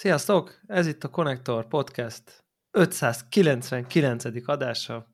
Sziasztok! Ez itt a Konnektor Podcast 599. adása.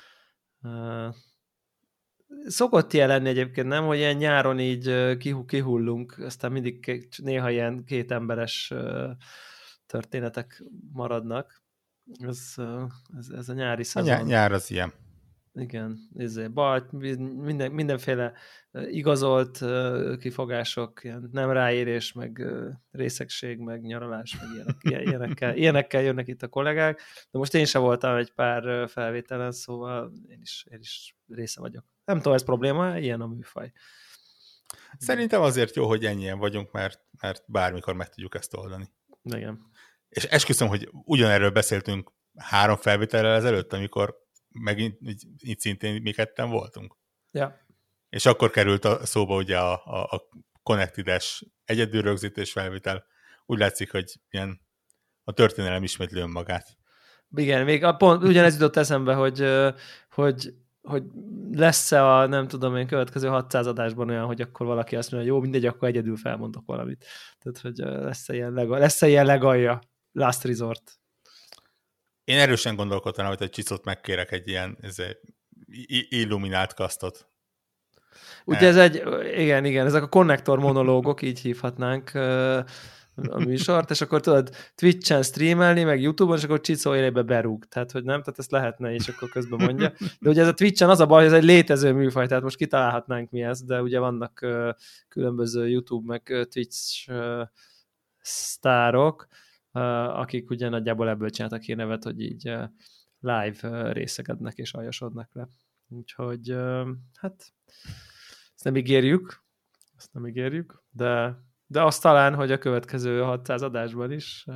Szokott ilyen lenni egyébként, nem? Hogy ilyen nyáron így kihullunk, aztán mindig néha ilyen kétemberes történetek maradnak. Ez a nyári szezon. Nyár az ilyen. Igen, mindenféle igazolt kifogások, ilyen nem ráérés, meg részegség, meg nyaralás, meg ilyenekkel jönnek itt a kollégák. De most én sem voltam egy pár felvételen, szóval én is része vagyok. Nem tudom, ez probléma, ilyen a műfaj. Szerintem azért jó, hogy ennyien vagyunk, mert bármikor meg tudjuk ezt oldani. Igen. És esküszöm, hogy ugyanerről beszéltünk 3 felvétellel ezelőtt, amikor megint így szintén mi ketten voltunk. Ja. És akkor került a szóba ugye a Connected-es egyedülrögzítés felvétel. Úgy látszik, hogy ilyen a történelem ismétli önmagát. Igen, még pont ugyanez jutott eszembe, hogy lesz-e a, nem tudom én, következő 600 adásban olyan, hogy akkor valaki azt mondja, jó, mindegy, akkor egyedül felmondok valamit. Tehát, hogy lesz-e ilyen legalja, last resort. Én erősen gondolkodtam, hogy egy csicot megkérek egy ilyen illuminált kasztot. Ugye igen, ezek a konnektor monológok, így hívhatnánk a műsort, és akkor tudod Twitch-en streamelni, meg YouTube-on, és akkor Csicó élébe berúg. Tehát, hogy nem, tehát ezt lehetne, és akkor közben mondja. De ugye ez a Twitch-en az a baj, hogy ez egy létező műfaj, tehát most kitalálhatnánk mi ezt, de ugye vannak különböző YouTube, meg Twitch sztárok, akik ugye nagyjából ebből csináltak ki nevet, hogy így live részegednek és aljasodnak le. Úgyhogy hát ezt nem ígérjük, de azt talán, hogy a következő 600 adásban is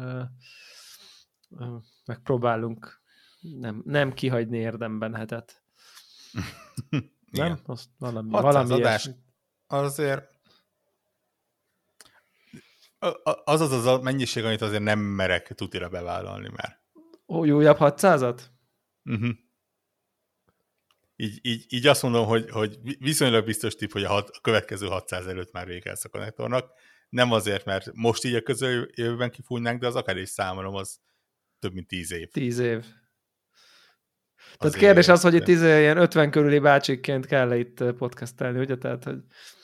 megpróbálunk nem kihagyni érdemben hetet. Nem? Azt valami adás azért az a mennyiség, amit azért nem merek tutira bevállalni már. Újabb 600-at? Uh-huh. Így azt mondom, hogy viszonylag biztos tipp, hogy a következő 600 előtt már vége lesz a konnektornak. Nem azért, mert most így a közeljövőben kifújnánk, de az akár is számolom, az több mint 10 év. 10 év. Tehát kérdés az, hogy itt ilyen 50 körüli bácsikként kell itt podcastelni, ugye? Tehát, hogy...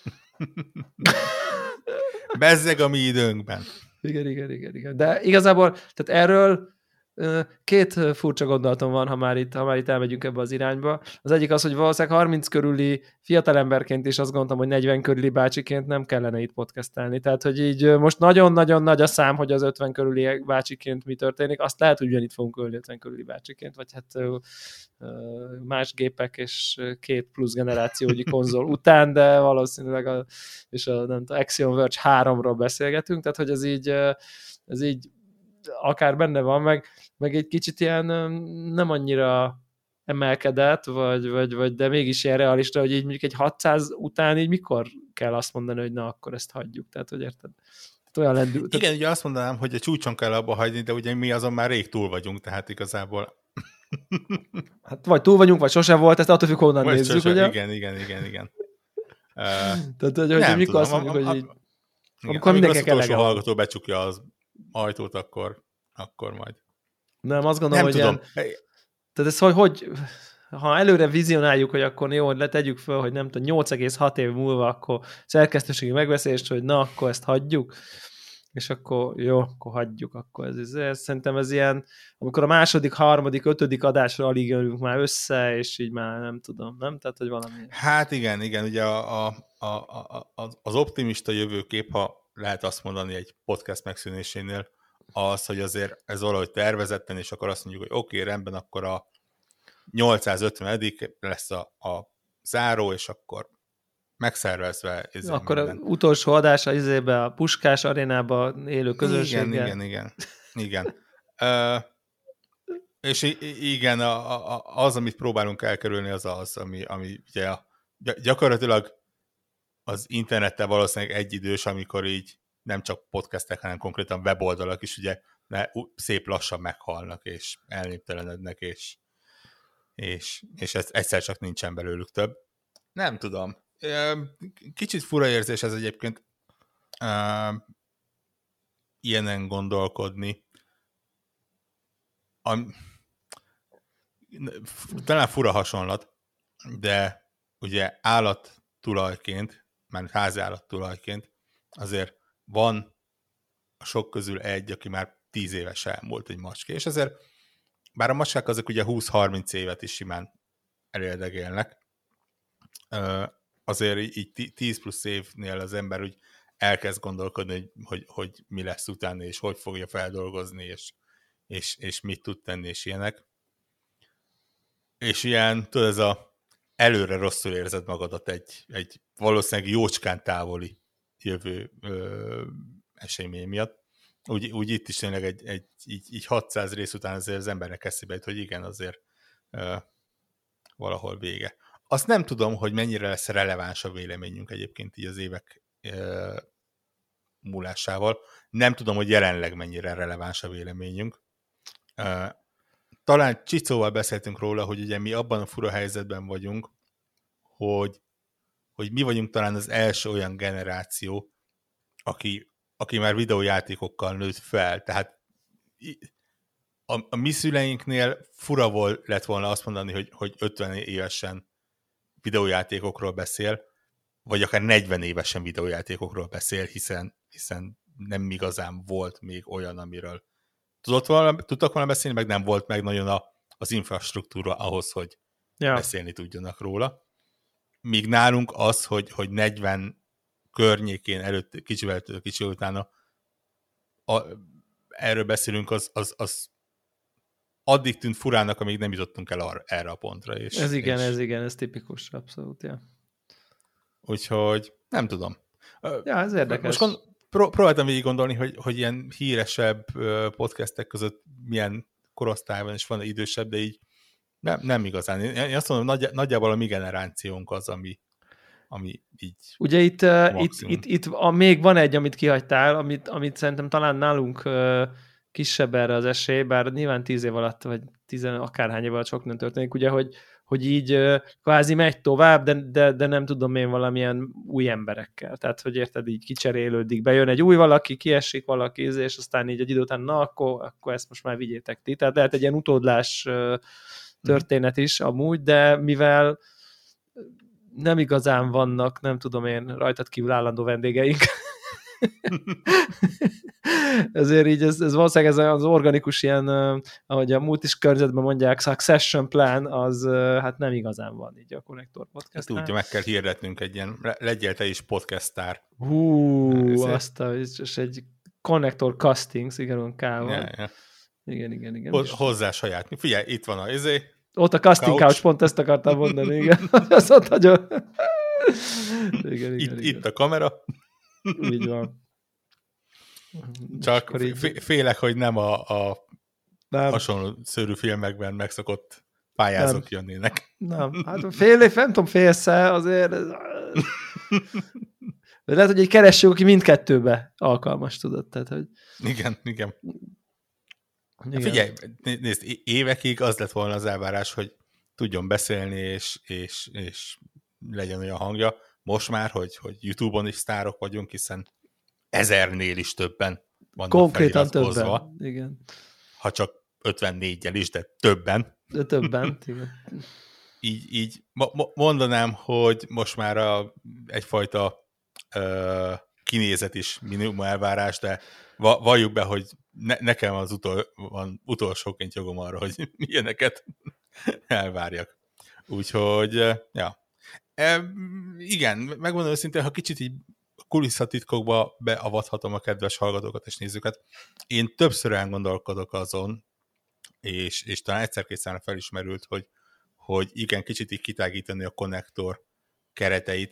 Bezzeg a mi időnkben. Igen. De igazából, tehát erről 2 furcsa gondolatom van, ha már itt elmegyünk ebbe az irányba. Az egyik az, hogy valószínűleg 30 körüli fiatalemberként is azt gondoltam, hogy 40 körüli bácsiként nem kellene itt podcastelni. Tehát, hogy így most nagyon-nagyon nagy a szám, hogy az 50 körüli bácsiként mi történik. Azt lehet, hogy ugyanitt fogunk ölni 50 körüli bácsiként, vagy hát más gépek és 2 plusz generációgyi konzol után, de valószínűleg nem tudom, Axiom Verge 3-ról beszélgetünk, tehát, hogy ez így akár benne van, meg egy kicsit ilyen nem annyira emelkedett, vagy de mégis ilyen realista, hogy így mondjuk egy 600 után így mikor kell azt mondani, hogy na, akkor ezt hagyjuk. Tehát, hogy érted? Olyan lendül. Igen, ugye azt mondanám, hogy a csúcson kell abba hagyni, de ugye mi azon már rég túl vagyunk, tehát igazából... Hát vagy túl vagyunk, vagy sose volt, ezt attól függ, honnan nézzük, ugye? Igen. Tehát, hogy mikor azt mondjuk, hogy így... Amikor az utolsó hallgató becsukja az ajtót, akkor majd. Nem, azt gondolom, hogy tudom. Tehát ez hogy ha előre vizionáljuk, hogy akkor jó, hogy letegyük föl, hogy nem tudom, 8,6 év múlva akkor szerkesztőségi megbeszélést, hogy na, akkor ezt hagyjuk, és akkor jó, akkor hagyjuk, akkor ez szerintem ez ilyen, amikor a második, harmadik, 5. adásra alig jönünk már össze, és így már nem tudom, nem? Tehát, hogy valami... Hát igen, ugye az optimista jövőkép, ha lehet azt mondani egy podcast megszűnésénél, az, hogy azért ez valahogy tervezetten, és akkor azt mondjuk, hogy oké, rendben, akkor a 850. lesz a záró, és akkor megszervezve. Akkor az utolsó adása a Puskás arénába élő közönséggel. Igen. És igen, az, amit próbálunk elkerülni, az, ami ugye gyakorlatilag az internettel valószínűleg egyidős, amikor így nem csak podcastek, hanem konkrétan weboldalak is ugye szép lassan meghalnak, és elnéptelenednek, és ez egyszer csak nincsen belőlük több. Nem tudom. Kicsit fura érzés ez egyébként. ilyenen gondolkodni. Talán fura hasonlat, de ugye állattulajként, már házi állattulajként azért van a sok közül egy, aki már 10 éves elmúlt, egy macska, és ezért bár a macskák azok ugye 20-30 évet is simán elérdegélnek, azért így 10 plusz évnél az ember úgy elkezd gondolkodni, hogy mi lesz utána, és hogy fogja feldolgozni, és mit tud tenni, és ilyenek. És ilyen, tudod, ez a előre rosszul érzed magadat egy valószínűleg jócskán távoli jövő esemény miatt. Úgy itt is tényleg így 600 rész után azért az embernek eszébe jut, hogy igen, azért valahol vége. Azt nem tudom, hogy mennyire lesz releváns a véleményünk egyébként így az évek múlásával. Nem tudom, hogy jelenleg mennyire releváns a véleményünk. Talán Csicóval beszéltünk róla, hogy ugye mi abban a fura helyzetben vagyunk, hogy mi vagyunk talán az első olyan generáció, aki már videójátékokkal nőtt fel. Tehát a mi szüleinknél fura lett volna azt mondani, hogy 50 évesen videójátékokról beszél, vagy akár 40 évesen videójátékokról beszél, hiszen nem igazán volt még olyan, amiről tudtak volna beszélni, meg nem volt meg nagyon az infrastruktúra ahhoz, hogy beszélni tudjanak róla. Míg nálunk az, hogy 40 környékén előtt, kicsivel utána erről beszélünk, az addig tűnt furának, amíg nem jutottunk el erre a pontra. Ez tipikus, abszolút, ja. Úgyhogy nem tudom. Ja, ez érdekes. Most próbáltam végig gondolni, hogy ilyen híresebb podcastek között milyen korosztályban is van idősebb, de így nem igazán. Én azt mondom, nagyjából a mi generációnk az, ami így ugye itt még van egy, amit kihagytál, amit szerintem talán nálunk kisebb erre az esély, bár nyilván 10 év alatt, vagy 10 akárhány év alatt sok nem történik, ugye, hogy így kvázi megy tovább, de nem tudom én valamilyen új emberekkel. Tehát, hogy érted, így kicserélődik, bejön egy új valaki, kiesik valaki, és aztán így egy idő után, na, akkor ezt most már vigyétek ti. Tehát lehet egy ilyen utódlás történet is amúgy, de mivel nem igazán vannak, nem tudom én, rajtad kívül állandó vendégeink, ezért így ez valószínűleg ez az organikus ilyen, ahogy a multis környezetben mondják, succession plan, az hát nem igazán van így a Konnektor Podcastnál. Tudja, meg kell hirdetnünk egy ilyen, legyél te is podcastár. És egy Konnektor Castings, igen, K-val. Ja. Igen. Hozzá saját. Figyelj, itt van ott a casting couch, pont ezt akartam mondani, igen. Az ott nagyon... igen. Itt a kamera. Így van. Csak félek, hogy nem a hasonló szörű filmekben megszokott pályázók jönnének. Nem, hát nem tudom, félsze azért. Lehet, hogy egy kereső, aki mindkettőbe alkalmas, tudod. Tehát, hogy... Igen. Figyelj, nézd, évekig az lett volna az elvárás, hogy tudjon beszélni, és legyen olyan hangja. Most már, hogy YouTube-on is sztárok vagyunk, hiszen 1000-nél is többen vannak konkrétan feliratkozva. Többen, igen. Ha csak 54-jel is, de többen. Igen. Így mondanám, hogy most már egyfajta kinézet is minimum elvárás, de valljuk be, hogy nekem az utolsóként jogom arra, hogy ilyeneket elvárjak. Úgyhogy, ja. Igen, megmondom őszintén, ha kicsit így kulisszatitkokba beavathatom a kedves hallgatókat és nézőket, én többször elgondolkodok azon, és talán egyszer-kétszer felismerült, hogy igen, kicsit így kitágítani a konnektor kereteit,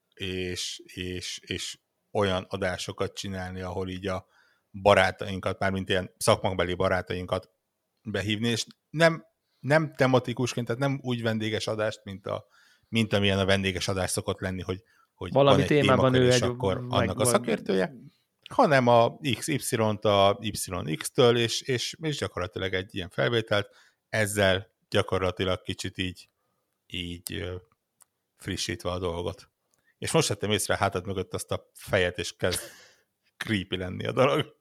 és olyan adásokat csinálni, ahol így a barátainkat, mármint ilyen szakmakbeli barátainkat behívni, és nem tematikusként, tehát nem úgy vendéges adást, mint amilyen a vendéges adás szokott lenni, hogy valami van egy témában ő és akkor annak a szakértője, hanem a XY-t a YX-től, és gyakorlatilag egy ilyen felvételt, ezzel gyakorlatilag kicsit így frissítve a dolgot. És most vettem észre hátad mögött azt a fejet, és kezd creepy lenni a dolog.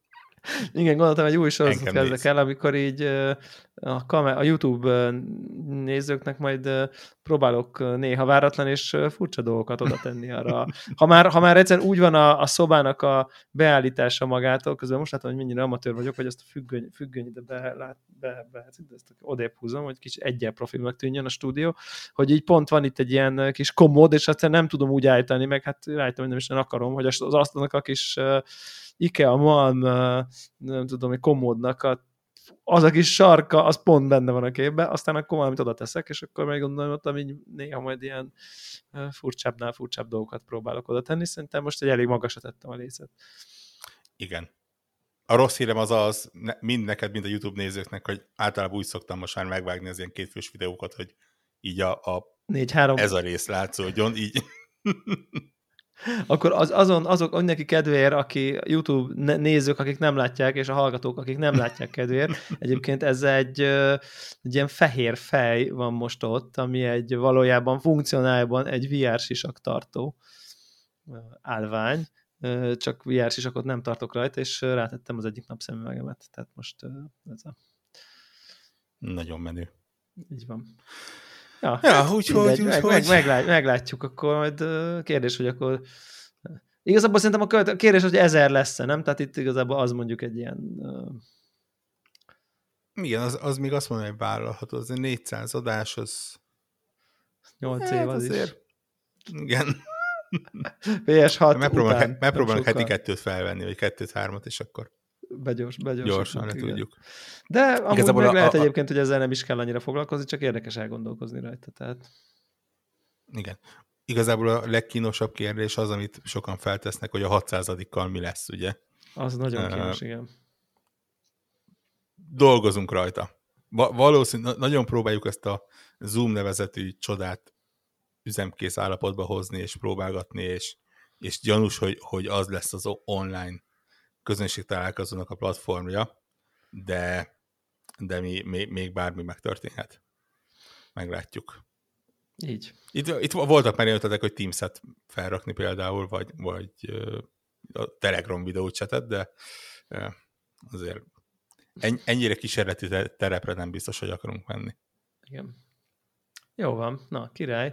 Igen, gondoltam, egy új sorozatot Engem kezdek néz. el, amikor így a YouTube nézőknek majd próbálok néha váratlan és furcsa dolgokat oda tenni arra. Ha már egyszerűen úgy van a szobának a beállítása magától, közben most látom, hogy mennyire amatőr vagyok, hogy ezt a függöny ide ezt odébb húzom, hogy kicsit egyel profilnak tűnjön a stúdió, hogy így pont van itt egy ilyen kis komód, és aztán nem tudom úgy állítani, meg hát rájöttem, hogy nem is nem akarom, hogy az asztalnak a kis IKEA Malm, nem tudom, hogy komódnak az a kis sarka, az pont benne van a képben, aztán akkor valamit oda teszek, és akkor meg gondolom, hogy így néha majd ilyen furcsábbnál furcsább dolgokat próbálok oda tenni. Szerintem most egy elég magasra tettem a lécet. Igen. A rossz hírem az mind neked, mind a YouTube nézőknek, hogy általában úgy szoktam most már megvágni az ilyen kétfős videókat, hogy így ez a rész látszódjon, így. Akkor azok neki kedvéért, aki YouTube nézők, akik nem látják, és a hallgatók, akik nem látják kedvéért, egyébként ez egy ilyen fehér fej van most ott, ami egy valójában funkcionálban egy VR sisaktartó állvány, csak VR sisakot nem tartok rajta, és rátettem az egyik napszemüvegemet. Tehát most ez a... Nagyon menő. Így van. Ja, úgyhogy. Meglátjuk, akkor majd kérdés, hogy akkor igazából szerintem a kérdés, hogy 1000 lesz-e, nem? Tehát itt igazából az mondjuk egy ilyen... Igen, az még azt mondom, hogy vállalható. Az 400 adás, az 8 év az is. Igen. PS6 megpróbálnak heti 2-t felvenni, vagy 2-3-at, és akkor gyorsan tudjuk. De amúgy igazából meg lehet egyébként, hogy ezzel nem is kell annyira foglalkozni, csak érdekes elgondolkozni rajta. Tehát... Igen. Igazából a legkínosabb kérdés az, amit sokan feltesznek, hogy a 600-kal mi lesz, ugye? Az nagyon kínos, igen. Dolgozunk rajta. Valószínűleg nagyon próbáljuk ezt a Zoom nevezetű csodát üzemkész állapotba hozni, és próbálgatni, és gyanús, hogy az lesz az online közönségtalálkozónak a platformja, de még bármi megtörténhet. Meglátjuk. Így. Itt voltak már ötletek, hogy Teams-et felrakni például, vagy a Telegram videócsetet, de azért ennyire kísérleti terepre nem biztos, hogy akarunk menni. Igen. Jó van. Na, király.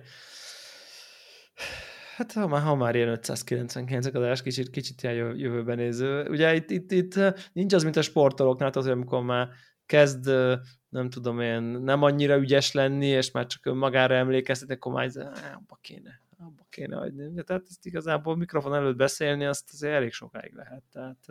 Hát ha már ilyen 599 adás, kicsit ilyen jövőben néző. Ugye itt nincs az, mint a sportolóknál, az, hogy amikor már kezd, nem tudom én, nem annyira ügyes lenni, és már csak önmagára emlékeztet, akkor már abba kéne hagyni. Tehát ezt igazából mikrofon előtt beszélni, azt azért elég sokáig lehet. Tehát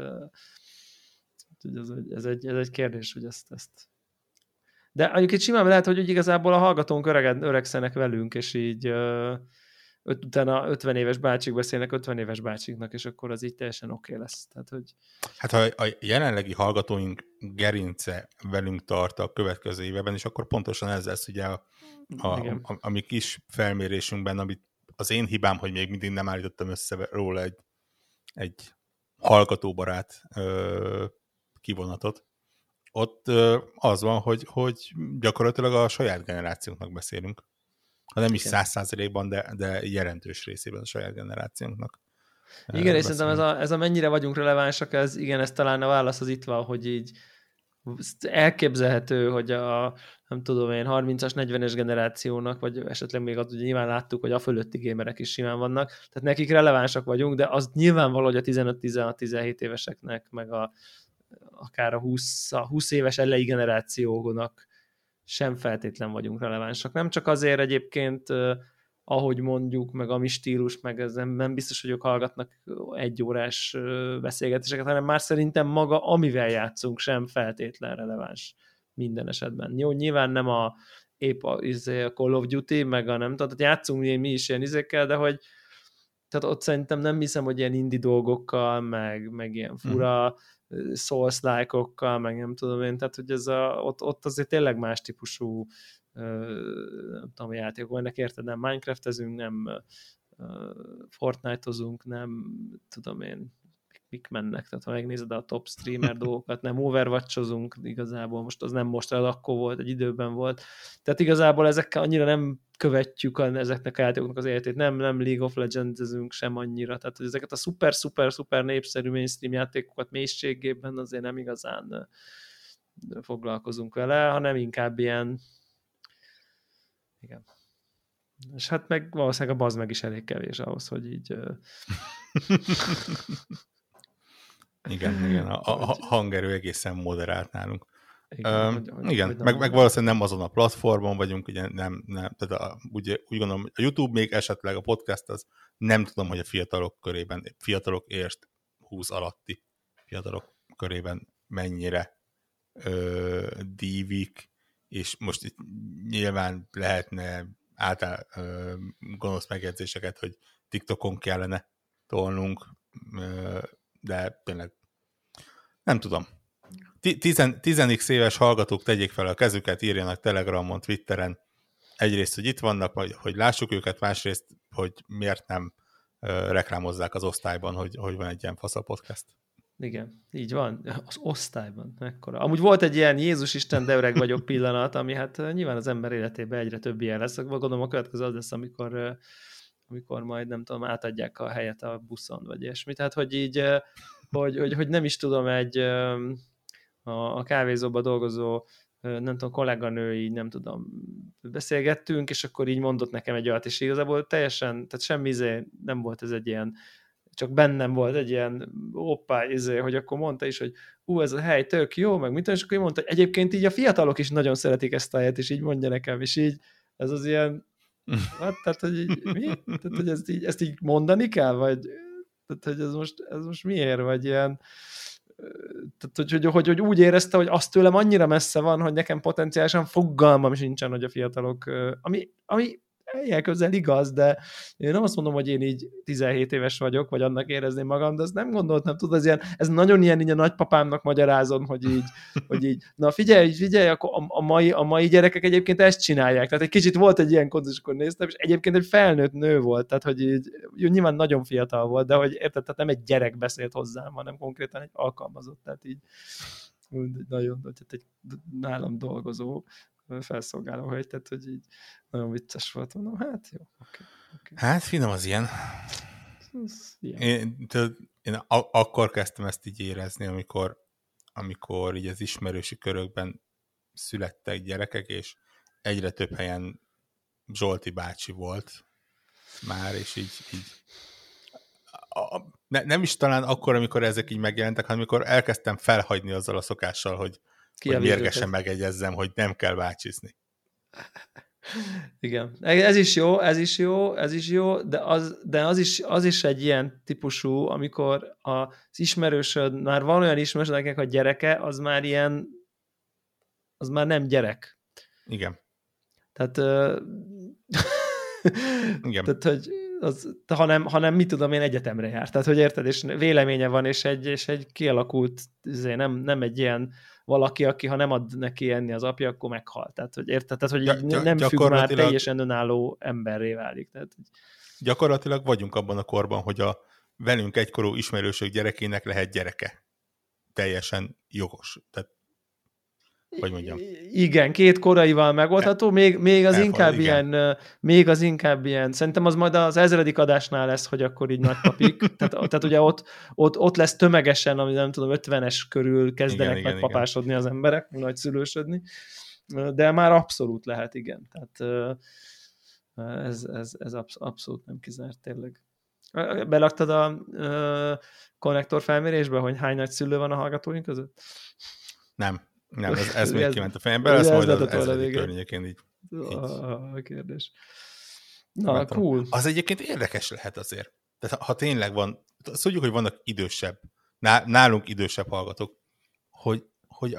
ez egy kérdés, hogy ezt. De egyébként simán lehet, hogy igazából a hallgatónk öregszenek velünk, és így utána 50 éves bácsik beszélnek 50 éves bácsiknak, és akkor az így teljesen oké lesz. Tehát, hogy... Hát ha a jelenlegi hallgatóink gerince velünk tart a következő évben, és akkor pontosan ez lesz ugye a mi kis felmérésünkben, amit az én hibám, hogy még mindig nem állítottam össze róla egy hallgatóbarát kivonatot. Ott az van, hogy gyakorlatilag a saját generációnknak beszélünk. Ha nem is 100%-ban, de jelentős részében a saját generációnknak. Igen, és szerintem ez a mennyire vagyunk relevánsak, ez talán a válasz az itt van, hogy így elképzelhető, hogy a nem tudom én, 30-as, 40-es generációnak, vagy esetleg még ugye nyilván láttuk, hogy a fölötti gamerek is simán vannak, tehát nekik relevánsak vagyunk, de az nyilvánvaló, hogy a 15-16-17 éveseknek, meg akár a 20 éves elejé generációnak sem feltétlen vagyunk relevánsak. Nem csak azért egyébként, ahogy mondjuk, meg a mi stílus, meg ez nem biztos, hogy ők hallgatnak 1 órás beszélgetéseket, hanem már szerintem maga, amivel játszunk, sem feltétlen releváns minden esetben. Jó, nyilván nem épp a Call of Duty, meg a nem tudom, tehát játszunk mi is ilyen izékkel, de hogy tehát ott szerintem nem hiszem, hogy ilyen indie dolgokkal, meg ilyen fura Souls-like-okkal, meg nem tudom én, tehát hogy ott azért tényleg más típusú nem tudom, játékok vannak, érted, nem Minecraftezünk, nem Fortnite-ozunk, nem tudom én, mik mennek, tehát ha megnézed a top streamer dolgokat, nem Overwatch-ozunk igazából, most az nem most, az akkor volt, egy időben volt, tehát igazából ezekkel annyira nem követjük ezeknek a játékoknak az életét, nem League of Legends-ezünk sem annyira, tehát hogy ezeket a szuper népszerű mainstream játékokat mélységében azért nem igazán foglalkozunk vele, hanem inkább ilyen igen. És hát meg valószínűleg a bazd meg is elég kevés ahhoz, hogy így igen, a hangerő egészen moderált nálunk. Igen, hogy meg valószínűleg nem azon a platformon vagyunk, ugye nem tehát úgy gondolom, a YouTube még esetleg a podcast az nem tudom, hogy a fiatalok körében, fiatalok és 20 alatti fiatalok körében mennyire dívik, és most itt nyilván lehetne gonosz megjegyzéseket, hogy TikTokon kellene tolnunk, de tényleg nem tudom. 10x éves hallgatók tegyék fel a kezüket, írjanak Telegramon, Twitteren. Egyrészt, hogy itt vannak, hogy lássuk őket, másrészt, hogy miért nem reklámozzák az osztályban, hogy van egy ilyen fasz a podcast. Igen, így van. Az osztályban. Mekkora. Amúgy volt egy ilyen Jézus Isten, de öreg vagyok pillanat, ami hát nyilván az ember életében egyre több ilyen lesz. Gondolom a következő az lesz, amikor majd nem tudom, átadják a helyet a buszon, vagy ilyesmi. Tehát, hogy így, hogy nem is tudom, a kávézóba dolgozó nem tudom, kolléganő, így nem tudom, beszélgettünk, és akkor így mondott nekem egy olyat, és igazából teljesen, tehát semmi nem volt ez egy ilyen, csak bennem volt egy ilyen hoppá, hogy akkor mondta is, hogy ez a hely tök jó, meg mit, és akkor mondta, hogy egyébként így a fiatalok is nagyon szeretik ezt a helyet, és így mondja nekem, és így ez az ilyen, hát, tehát, hogy így, mi? Tehát, hogy ezt így mondani kell, vagy tehát, hogy ez most miért, vagy ilyen tehát, hogy úgy érezte, hogy azt tőlem annyira messze van, hogy nekem potenciálisan fogalmam sincsen, hogy a fiatalok, ami ilyen közel igaz, de én nem azt mondom, hogy én így 17 éves vagyok, vagy annak érezném magam, de ezt nem gondoltam, tudod, ez nagyon ilyen így a nagypapámnak magyarázom, hogy így na figyelj, akkor a mai gyerekek egyébként ezt csinálják. Tehát egy kicsit volt egy ilyen konzis, akkor néztem, és egyébként egy felnőtt nő volt, tehát hogy így nyilván nagyon fiatal volt, de hogy érted, tehát nem egy gyerek beszélt hozzám, hanem konkrétan egy alkalmazott, tehát így nagyon, tehát egy nálam dolgozó felszolgáló hölgy, tehát hogy így nagyon vicces volt, mondom, hát jó, oké. Hát finom az ilyen. Én akkor kezdtem ezt így érezni, amikor így az ismerősi körökben születtek gyerekek, és egyre több helyen Zsolti bácsi volt már, és így nem is talán akkor, amikor ezek így megjelentek, hanem amikor elkezdtem felhagyni azzal a szokással, hogy mérgesen megegyezzem, hogy nem kell bácsizni. Igen. Ez is jó, de az is egy ilyen típusú, amikor az ismerősöd, már van olyan ismerősödnek a gyereke, az már nem gyerek. Igen. Tehát, igen. Tehát hogy hanem mit tudom én, egyetemre jár. Tehát, hogy érted, és véleménye van, és egy kialakult, nem egy ilyen valaki, aki ha nem ad neki enni az apja, akkor meghal. Tehát, hogy érted, tehát, hogy nem függ már teljesen önálló emberré válik. Tehát, gyakorlatilag vagyunk abban a korban, hogy a velünk egykorú ismerősök gyerekének lehet gyereke. Teljesen jogos. Tehát, hogy mondjam. Igen, két koraival megoldható, még az inkább ilyen, szerintem az majd az 1000. adásnál lesz, hogy akkor így nagypapik, tehát ugye ott lesz tömegesen, ami nem tudom, 50-es körül kezdenek nagypapásodni az emberek, nagyszülősödni, de már abszolút lehet, igen. Tehát ez abszolút nem kizárt tényleg. Belaktad a konnektor felmérésbe, hogy hány nagyszülő van a hallgatóink között? Nem, ez még kiment a fejembe, lesz majd az 1000. környékén így. A kérdés. Na, cool. Az egyébként érdekes lehet azért. Tehát ha tényleg van, azt tudjuk, hogy vannak idősebb, nálunk idősebb hallgatók, hogy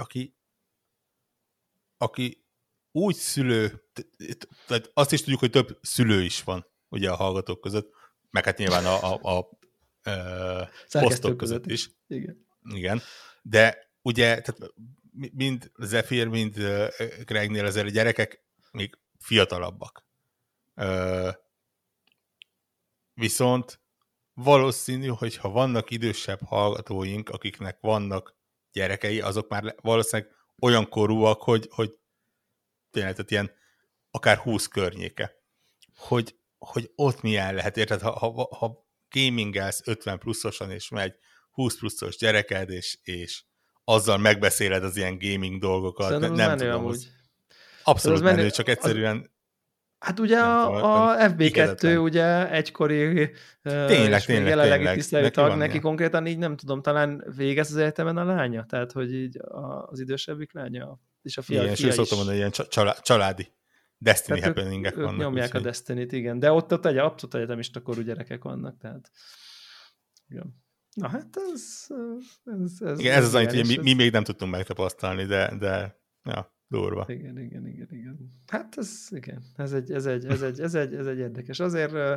aki úgy szülő, tehát azt is tudjuk, hogy több szülő is van ugye a hallgatók között, meg hát nyilván a posztok között is. Igen. De ugye, tehát mind Zephyr, mind Gregnél azért a gyerekek még fiatalabbak. Viszont valószínű, hogy ha vannak idősebb hallgatóink, akiknek vannak gyerekei, azok már valószínűleg olyan korúak, hogy tényleg, tehát ilyen akár 20 környéke. hogy ott milyen lehet, érted? Ha gamingelsz 50 pluszosan, és megy 20 pluszos gyereked, és azzal megbeszéled az ilyen gaming dolgokat, Szerintem az nem menő tudom, amúgy. abszolút menő, csak egyszerűen Hát ugye nem tudom, a FB2 hihetetlen. ugye egykori és még jelenlegi tényleg. tisztelő tag, neki ilyen. konkrétan így nem tudom, talán végez az egyetemen a lánya, tehát hogy így az idősebbik lánya, és a fia És is. szoktam mondani, ilyen családi Destiny Tehát happeningek ők vannak. nyomják úgyhogy... a Destiny-t, igen, de ott abszolút egyetemista korú gyerekek vannak, tehát igen. Na hát ez igen, ez az, amit mi még nem tudtunk megtapasztalni, de ja, durva. Igen. Hát ez egy érdekes. Azért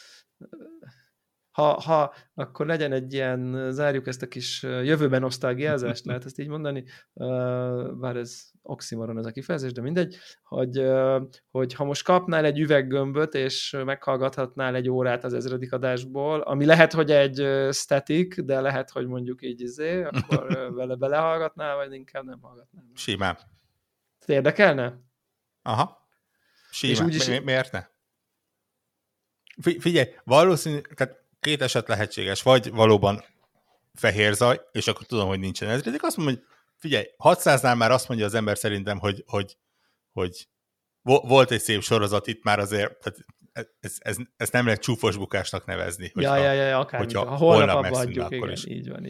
ha akkor legyen egy ilyen, zárjuk ezt a kis jövőben nosztalgiázást, lehet ezt így mondani, bár ez oximoron ez a kifejezés, de mindegy, hogy ha most kapnál egy üveggömböt, és meghallgathatnál egy órát az 1000. adásból, ami lehet, hogy egy static, de lehet, hogy mondjuk így akkor vele belehallgatnál, vagy inkább nem hallgatnál. Simán. Érdekelne? Aha. Simán. És miért ne? Figyelj, valószínű, tehát két eset lehetséges, vagy valóban fehér zaj, és akkor tudom, hogy nincsen 1000. Azt mondom, hogy figyelj, 600-nál már azt mondja az ember szerintem, hogy volt egy szép sorozat itt már azért, tehát ez nem lehet csúfos bukásnak nevezni. Hogyha ha holnap abba hagyjuk, igen, is. Így van.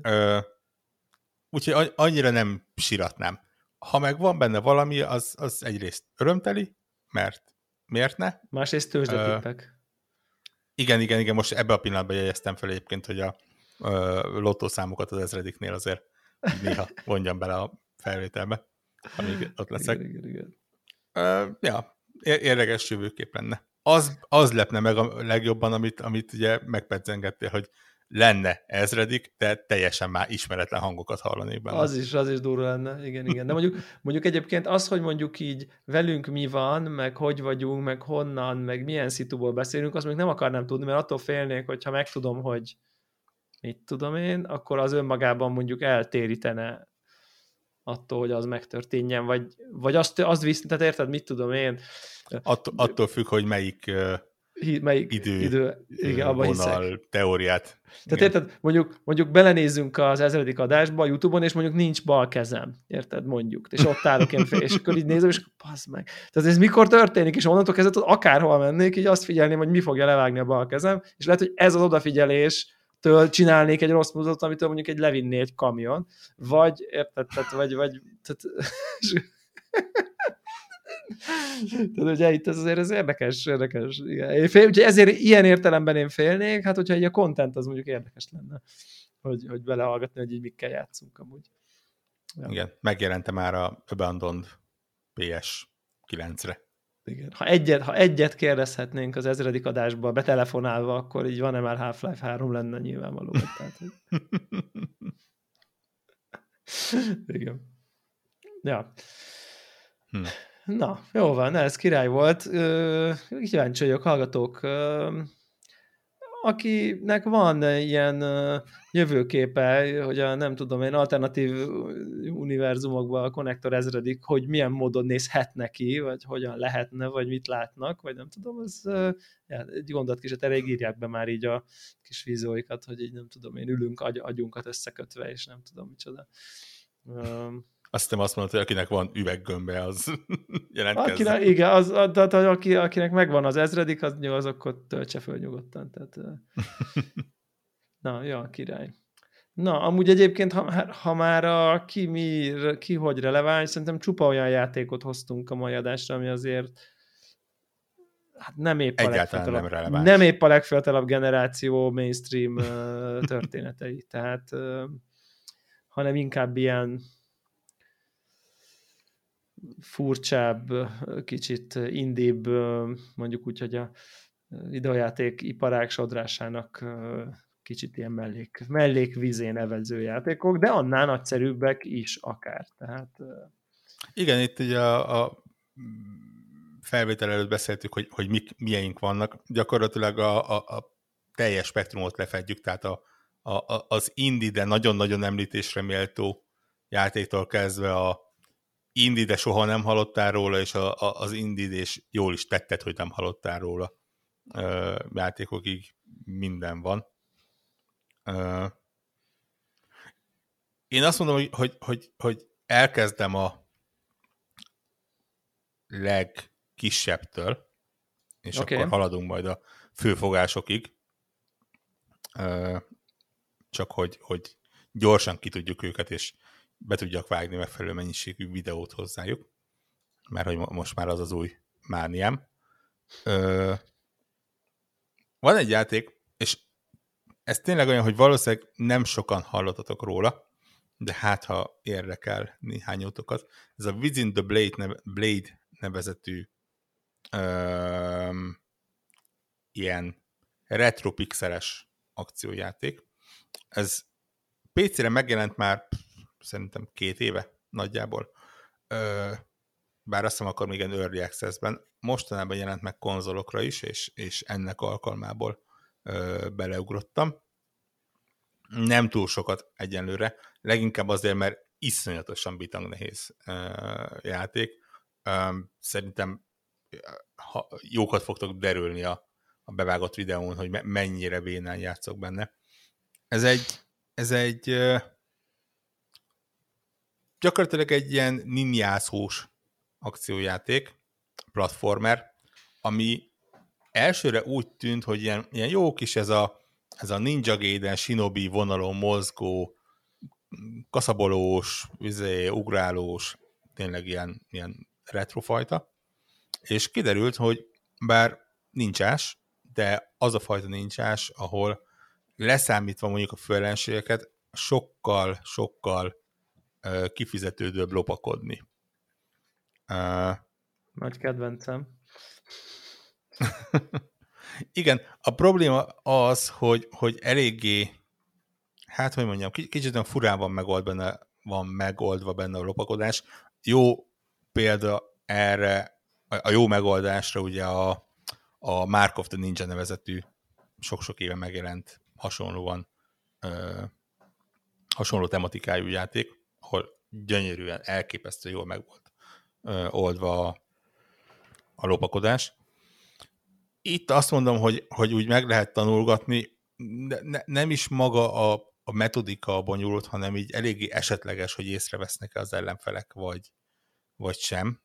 Úgyhogy annyira nem siratnám. Ha meg van benne valami, az egyrészt örömteli, mert miért ne? Másrészt tőzsdetippek. Igen, most ebbe a pillanatban jegyeztem fel egyébként, hogy a lottószámokat az 1000-nél azért néha vonjam bele a felvételbe, amíg ott leszek. Igen. Ja, érdekes jövőkép lenne. Az lepne meg a legjobban, amit ugye megpedzengettél, hogy lenne 1000, de teljesen már ismeretlen hangokat hallanék benne. Az is durva lenne, igen. De mondjuk egyébként az, hogy mondjuk így velünk mi van, meg hogy vagyunk, meg honnan, meg milyen szituból beszélünk, azt még nem akarnám tudni, mert attól félnék, hogyha megtudom, hogy mit tudom én, akkor az önmagában mondjuk eltérítene attól, hogy az megtörténjen, vagy azt visz, tehát érted, mit tudom én? Attól függ, hogy melyik idő igen, vonal teóriát. Tehát érted, mondjuk belenézzünk az 1000. adásba a YouTube-on, és mondjuk nincs bal kezem, érted, mondjuk, és ott állok én és akkor így nézem, és passz meg. Tehát ez mikor történik, és onnantól kezdve akárhol mennék, így azt figyelném, hogy mi fogja levágni a bal kezem, és lehet, hogy ez az odafigyeléstől csinálnék egy rossz mozgatot, amitől mondjuk egy levinné egy kamion, vagy érted, tehát ugye itt ez azért ez érdekes. Igen. Úgyhogy ezért ilyen értelemben én félnék, hát hogyha egy a content az mondjuk érdekes lenne, hogy belehallgatni, hogy így mikkel játszunk amúgy. Ja. Igen, megjelente már a Abandoned PS9-re. Igen. Ha egyet kérdezhetnénk az 1000. adásba betelefonálva, akkor így van-e már Half-Life 3 lenne nyilvánvalóan. Tehát, igen. Ja. Na, jó van, ez király volt. Kíváncsi vagyok, hallgatók. Akinek van ilyen jövőképe, hogy a nem tudom én alternatív univerzumokban a Konnektor 1000, hogy milyen módon nézhet neki, vagy hogyan lehetne, vagy mit látnak, vagy nem tudom, ez egy gondolatkísért elég írják be már így a kis vízióikat, hogy így nem tudom én ülünk agyunkat összekötve, és nem tudom micsoda. Azt hiszem azt mondod, hogy akinek van üveggömbe, az jelentkezzen. Igen, akinek megvan az 1000, az akkor töltse föl nyugodtan. Tehát, na, ja, király. Na, amúgy egyébként, ha már ki hogy releváns, szerintem csupa olyan játékot hoztunk a mai adásra, ami azért hát nem épp a legfiatalabb generáció mainstream történetei. Tehát, hanem inkább ilyen furcsább, kicsit indibb, mondjuk úgy, hogy a videójáték iparág sodrásának kicsit ilyen mellékvizén evező játékok, de annál nagyszerűbbek is akár. Tehát, igen, itt ugye a felvétel előtt beszéltük, hogy milyeink vannak. Gyakorlatilag a teljes spektrumot lefedjük, tehát az indie, de nagyon-nagyon említésre méltó játéktól kezdve a indie, de soha nem hallottál róla, és az indie, és jól is tetted, hogy nem hallottál róla játékokig minden van. Én azt mondom, hogy elkezdem a legkisebbtől, és akkor haladunk majd a főfogásokig, csak hogy gyorsan ki tudjuk őket, és be tudjak vágni megfelelő mennyiségű videót hozzájuk, mert hogy most már az új mániám. Van egy játék, és ez tényleg olyan, hogy valószínűleg nem sokan hallottatok róla, de hát ha érdekel néhányotokat. Ez a Within the Blade nevezetű ilyen retropixeles akciójáték. Ez PC-re megjelent már szerintem 2 éve nagyjából. Bár azt hiszem akkor még egy Early Access-ben. Mostanában jelent meg konzolokra is, és ennek alkalmából beleugrottam. Nem túl sokat egyenlőre, leginkább azért, mert iszonyatosan bitang nehéz játék. Szerintem jókat fogtok derülni a bevágott videón, hogy mennyire bénán játszok benne. Ez egy gyakorlatilag egy ilyen ninjászós akciójáték, platformer, ami elsőre úgy tűnt, hogy ilyen jó kis ez a Ninja Gaiden shinobi vonalon mozgó, kaszabolós, ugrálós, tényleg ilyen retrofajta, és kiderült, hogy bár nincsás, de az a fajta nincsás, ahol leszámítva mondjuk a főellenségeket, sokkal kifizetődőbb lopakodni. Nagy kedvencem. Igen, a probléma az, hogy eléggé, hát hogy mondjam, kicsit furán van megoldva benne a lopakodás. Jó példa erre, a jó megoldásra ugye a Mark of the Ninja nevezetű sok-sok éve megjelent hasonló tematikájú játék, ahol gyönyörűen, elképesztő jól meg volt oldva a lopakodás. Itt azt mondom, hogy úgy meg lehet tanulgatni, nem is maga a metodika bonyolult, hanem így eléggé esetleges, hogy észrevesznek-e az ellenfelek, vagy sem.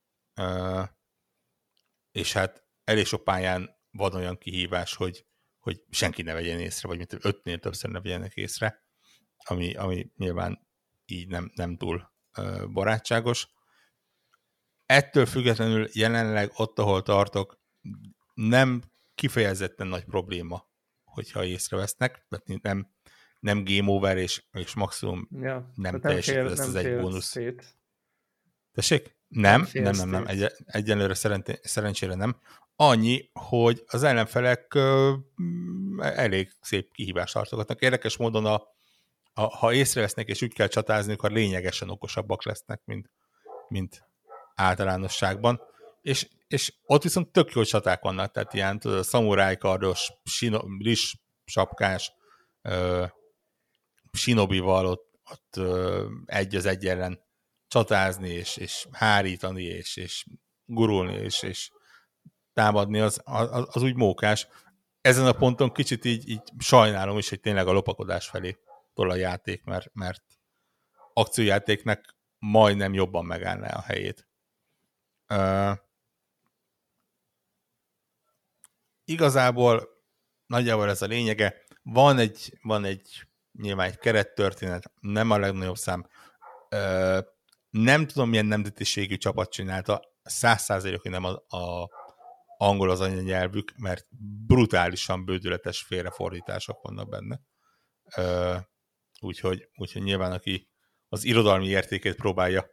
És hát elég sok pályán van olyan kihívás, hogy senki ne vegyen észre, vagy mint 5-nél többször ne vegyenek észre, ami nyilván így nem túl barátságos. Ettől függetlenül jelenleg ott, ahol tartok, nem kifejezetten nagy probléma, hogyha észrevesznek, tehát nem game over, és maximum nem teljesít ezt az egy bónusz. Tessék? Nem. Egyenlőre szerencsére nem. Annyi, hogy az ellenfelek elég szép kihívást tartogatnak. Érdekes módon, ha észrevesznek és úgy kell csatázni, akkor lényegesen okosabbak lesznek, mint általánosságban. És ott viszont tök jó csaták vannak, tehát ilyen szamurájkardos, rizs sapkás, shinobival ott egy az egy ellen csatázni, és hárítani, és gurulni, és támadni, az úgy mókás. Ezen a ponton kicsit így sajnálom is, hogy tényleg a lopakodás felé tol a játék, mert akciójátéknek majdnem jobban megállná a helyét. Igazából nagyjából ez a lényege. Van egy nyilván egy kerettörténet, nem a legnagyobb szám. Nem tudom, milyen nemzetiségű csapat csinálta, 100%-ig nem a angol az anyanyelvük, mert brutálisan bődületes félrefordítások vannak benne. Úgyhogy nyilván aki az irodalmi értékét próbálja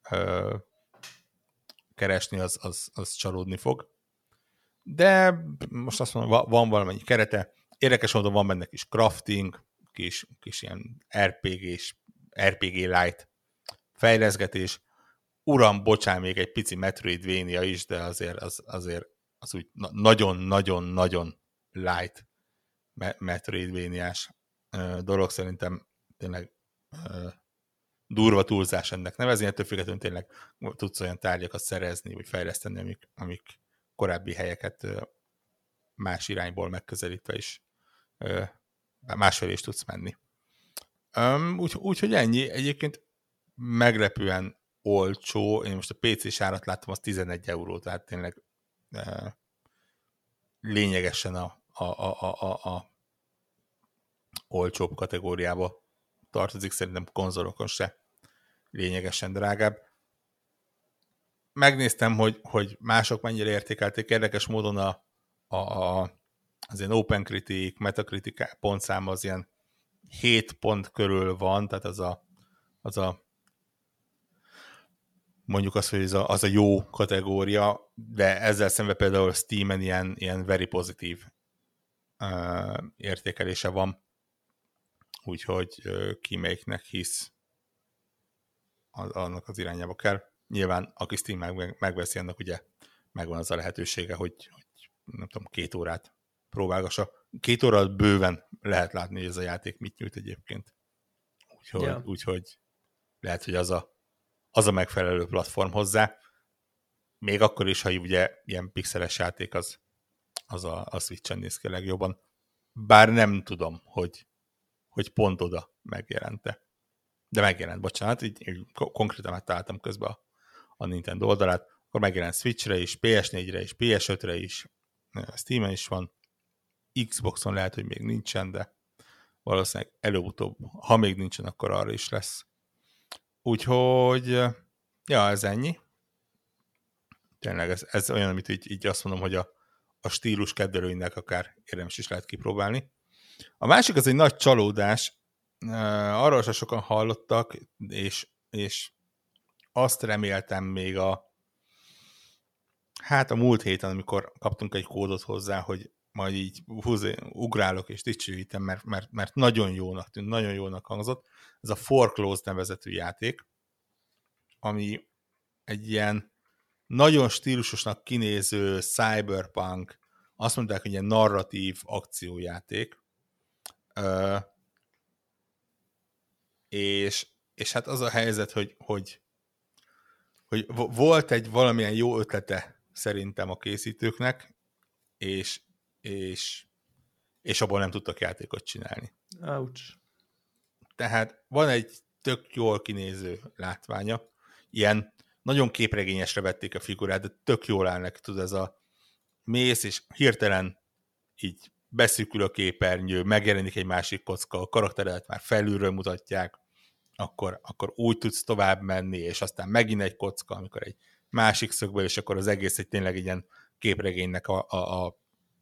keresni, az csalódni fog. De most azt mondom, van valamennyi kerete. Érdekes módon van benne kis crafting, kis ilyen RPG light fejleszgetés. Uram, bocsán, még egy pici Metroidvania is, de azért az úgy nagyon-nagyon-nagyon light Metroidvaniás dolog. Szerintem tényleg durva túlzás ennek nevezni, ettől függetlenül tényleg tudsz olyan tárgyakat szerezni, vagy fejleszteni, amik korábbi helyeket más irányból megközelítve is másfelé is tudsz menni. Úgyhogy ennyi. Egyébként meglepően olcsó. Én most a PC-s árat láttam, az 11 euró, tehát tényleg lényegesen a olcsóbb kategóriába tartozik, szerintem konzolokon se lényegesen drágább. Megnéztem, hogy mások mennyire értékelték. Érdekes módon az ilyen OpenCritic, Metacritic pontszám az ilyen 7 pont körül van, tehát az a mondjuk azt, hogy az a jó kategória, de ezzel szemben például Steam-en ilyen very pozitív értékelése van, úgyhogy ki melyiknek hisz, annak az irányába kell. Nyilván, aki Steam megveszi, annak ugye megvan az a lehetősége, hogy nem tudom, 2 órát próbálgassa. 2 óra bőven lehet látni, hogy ez a játék mit nyújt egyébként. Úgyhogy lehet, hogy az a megfelelő platform hozzá. Még akkor is, ha ugye ilyen pixeles játék az a Switch-en néz ki legjobban. Bár nem tudom, hogy pont oda megjelente. De megjelent, bocsánat, így konkrétan megtaláltam közben a Nintendo oldalát, akkor megjelent Switch-re is, PS4-re is, PS5-re is, Steam-en is van, Xboxon lehet, hogy még nincsen, de valószínűleg előbb-utóbb, ha még nincsen, akkor arra is lesz. Úgyhogy, ja, ez ennyi. Tényleg ez olyan, amit így azt mondom, hogy a stílus kedvelőinek akár érdemes is lehet kipróbálni. A másik az egy nagy csalódás, arról sem sokan hallottak, és azt reméltem még a múlt héten, amikor kaptunk egy kódot hozzá, hogy majd így ugrálok és dicsőítem, mert nagyon jónak tűnt, nagyon jónak hangzott. Ez a Foreclosed nevezetű játék, ami egy ilyen nagyon stílusosnak kinéző cyberpunk, azt mondták, hogy ilyen narratív akciójáték, és hát az a helyzet, hogy volt egy valamilyen jó ötlete szerintem a készítőknek, és abból nem tudtak játékot csinálni. Ouch. Tehát van egy tök jól kinéző látványa, ilyen nagyon képregényesre vették a figurát, de tök jól áll neki, tudod, ez a mész, és hirtelen így beszűkül a képernyő, megjelenik egy másik kocka, a karakteredet már felülről mutatják, akkor úgy tudsz tovább menni, és aztán megint egy kocka, amikor egy másik szögből, és akkor az egész egy tényleg egy ilyen képregénynek a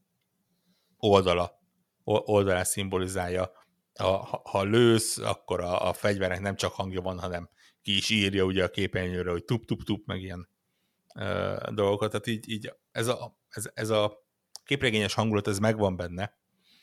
oldalát szimbolizálja. Ha lősz, akkor a fegyvernek nem csak hangja van, hanem ki is írja ugye a képernyőre, hogy tup-tup-tup, meg ilyen dolgokat. Tehát így ez a képregényes hangulat, ez megvan benne.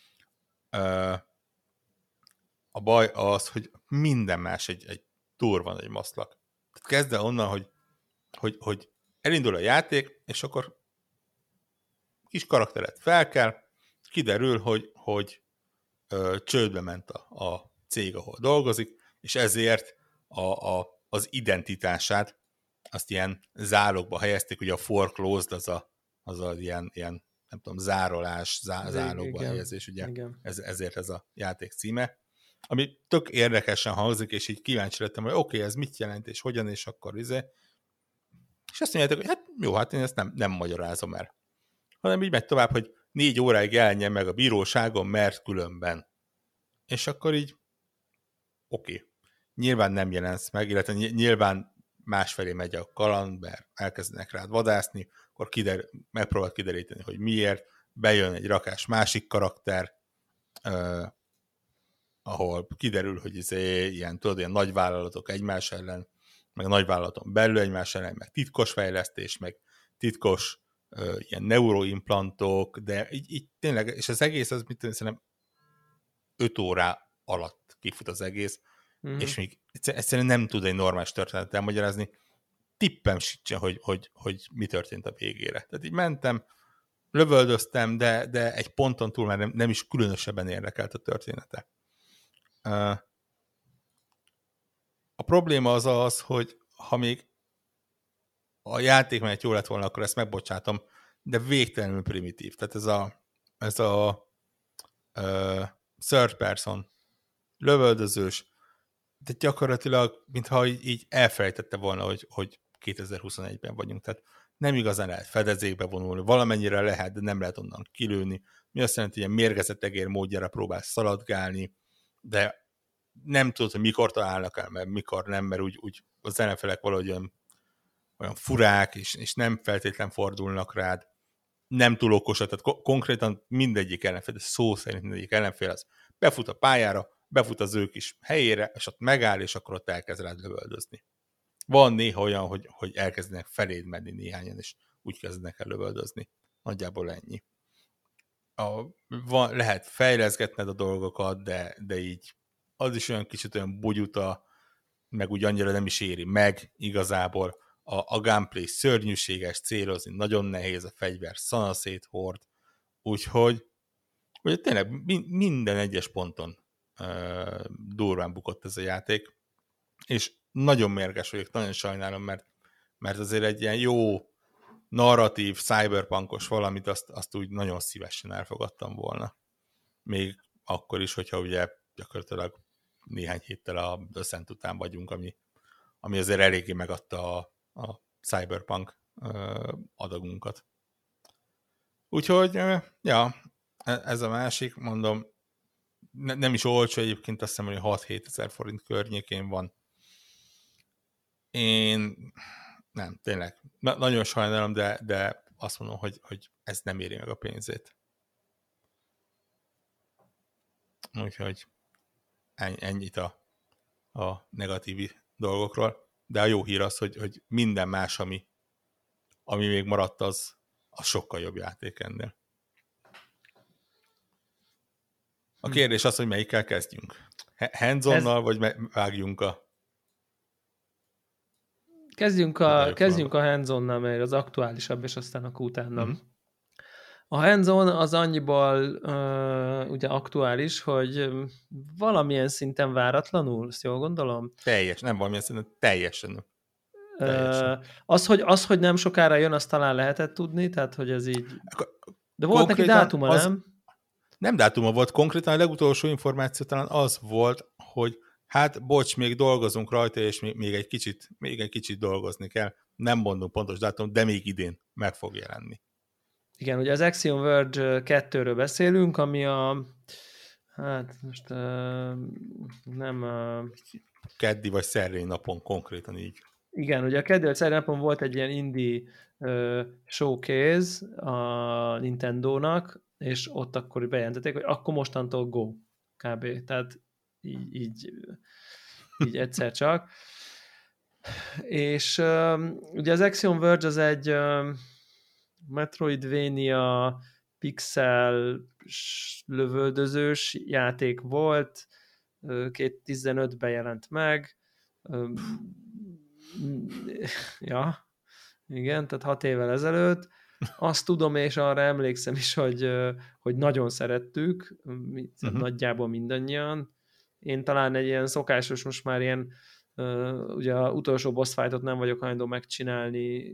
A baj az, hogy minden más egy túr van, egy maszlak. Tehát kezd el onnan, hogy elindul a játék, és akkor kis karakteret fel kell, kiderül, hogy csődbe ment a cég, ahol dolgozik, és ezért az identitását azt ilyen zálogba helyezték, ugye a foreclosed az a ilyen nem tudom, zárolás, zálogba helyezés, ugye ezért ez a játék címe. Ami tök érdekesen hangzik, és így kíváncsi lettem, hogy oké, ez mit jelent, és hogyan, és akkor és azt mondjátok, hogy hát jó, hát én ezt nem magyarázom el. Hanem így megy tovább, hogy 4 óráig elnye meg a bíróságon, mert különben. És akkor így oké. Nyilván nem jelensz meg, illetve nyilván másfelé megy a kaland, mert elkezdenek rád vadászni, akkor megpróbál kideríteni, hogy miért, bejön egy rakás másik karakter, ahol kiderül, hogy ilyen nagyvállalatok egymás ellen, meg nagyvállalaton belül egymás ellen, meg titkos fejlesztés, meg titkos ilyen neuroimplantok, de így tényleg, és az egész az, szerintem 5 órá alatt kifut az egész, és még egyszerűen nem tud egy normális történetet elmagyarázni. Tippem sincsen, hogy mi történt a végére. Tehát így mentem, lövöldöztem, de egy ponton túl már nem is különösebben érdekelt a története. A probléma az, hogy ha még a játékmenet jó lett volna, akkor ezt megbocsátom, de végtelenül primitív. Tehát ez a third person lövöldözős, de gyakorlatilag, mintha így elfelejtette volna, hogy 2021-ben vagyunk. Tehát nem igazán lehet fedezékbe vonulni, valamennyire lehet, de nem lehet onnan kilőni. Mi azt jelenti, hogy ilyen mérgezett egér módjára próbálsz szaladgálni, de nem tudod, hogy mikor találnak el, mert mikor nem, mert úgy az ellenfelek valahogy olyan furák, és nem feltétlen fordulnak rád, nem túl okosak, tehát konkrétan mindegyik ellenfél, de szó szerint mindegyik ellenfél az befut a pályára, befut az ő kis helyére, és ott megáll, és akkor ott elkezd rád lövöldözni. Van néha olyan, hogy elkezdenek feléd menni néhányan, és úgy kezdenek el lövöldözni. Nagyjából ennyi. Lehet fejleszgetned a dolgokat, de így az is olyan kicsit olyan bugyuta, meg úgy annyira nem is éri meg igazából. A gunplay szörnyűséges, célozni nagyon nehéz, a fegyver szanaszét hord, úgyhogy tényleg minden egyes ponton durván bukott ez a játék, és nagyon mérges vagyok, nagyon sajnálom, mert azért egy ilyen jó narratív, cyberpunkos valamit, azt úgy nagyon szívesen elfogadtam volna. Még akkor is, hogyha ugye gyakorlatilag néhány héttel a Ascent után vagyunk, ami azért eléggé megadta a cyberpunk adagunkat. Úgyhogy, ja, ez a másik, mondom, nem is olcsó egyébként, azt hiszem, hogy 6-7 ezer forint környékén van. Én nem, tényleg, nagyon sajnálom, de azt mondom, hogy ez nem éri meg a pénzét. Úgyhogy ennyit a negatív dolgokról. De a jó hír az, hogy minden más, ami még maradt, az sokkal jobb játék ennél. A kérdés az, hogy melyikkel kezdjünk. Hands-onnal, vagy vágjunk Kezdjünk a hands-onnal, mert az aktuálisabb, és aztán akkor utána. Mm-hmm. A hands-on az annyiból ugye aktuális, hogy valamilyen szinten váratlanul, ezt jól gondolom? Nem valamilyen szinten, teljesen. Az, hogy nem sokára jön, azt talán lehetett tudni, tehát hogy ez így... De volt neki dátuma, nem? Nem dátuma volt, konkrétan a legutolsó információ talán az volt, hogy hát bocs, még dolgozunk rajta, és még egy kicsit dolgozni kell. Nem mondom pontos dátumot, de még idén meg fog jelenni. Igen, ugye az Axiom Verge 2-ről beszélünk, ami hát most nem... keddi vagy szerrény napon konkrétan így. Igen, ugye a keddi vagy szerrény napon volt egy ilyen indie showcase a Nintendónak, és ott akkor bejelentették, hogy akkor mostantól go, kb. Tehát így egyszer csak. És ugye az Axiom Verge az egy Metroidvania pixel lövöldözős játék volt, 2015-ben jelent meg. Ja, igen, tehát 6 évvel ezelőtt. Azt tudom, és arra emlékszem is, hogy nagyon szerettük, nagyjából mindannyian. Én talán egy ilyen szokásos, most már ilyen, ugye az utolsó boss fightot nem vagyok hajlandó megcsinálni,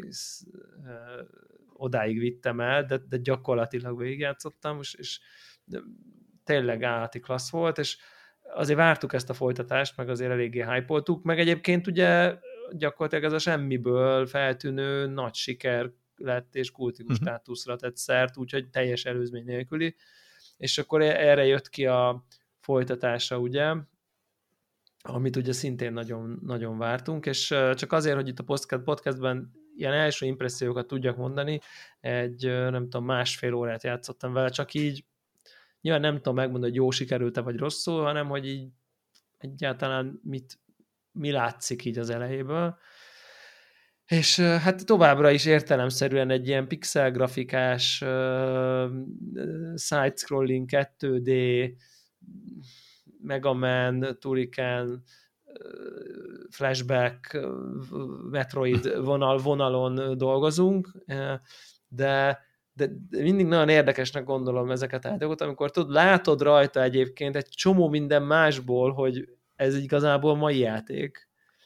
odáig vittem el, de gyakorlatilag végigjátszottam, és tényleg állati klassz volt, és azért vártuk ezt a folytatást, meg azért eléggé hype-oltuk, meg egyébként ugye gyakorlatilag ez a semmiből feltűnő nagy siker lett, és kultikus státuszra tett szert, úgyhogy teljes előzmény nélküli, és akkor erre jött ki a folytatása, ugye, amit ugye szintén nagyon, nagyon vártunk, és csak azért, hogy itt a podcastben ilyen első impressziókat tudjak mondani, nem tudom, 1,5 órát játszottam vele, csak így nyilván nem tudom megmondani, hogy jó sikerült-e vagy rosszul, hanem hogy így egyáltalán mi látszik így az elejéből. És hát továbbra is értelemszerűen egy ilyen pixel grafikás, side-scrolling 2D, Mega Man, Turrican, Flashback, Metroid vonalon dolgozunk, de mindig nagyon érdekesnek gondolom ezeket a játékokat, amikor látod rajta egyébként egy csomó minden másból, hogy ez igazából mai játék,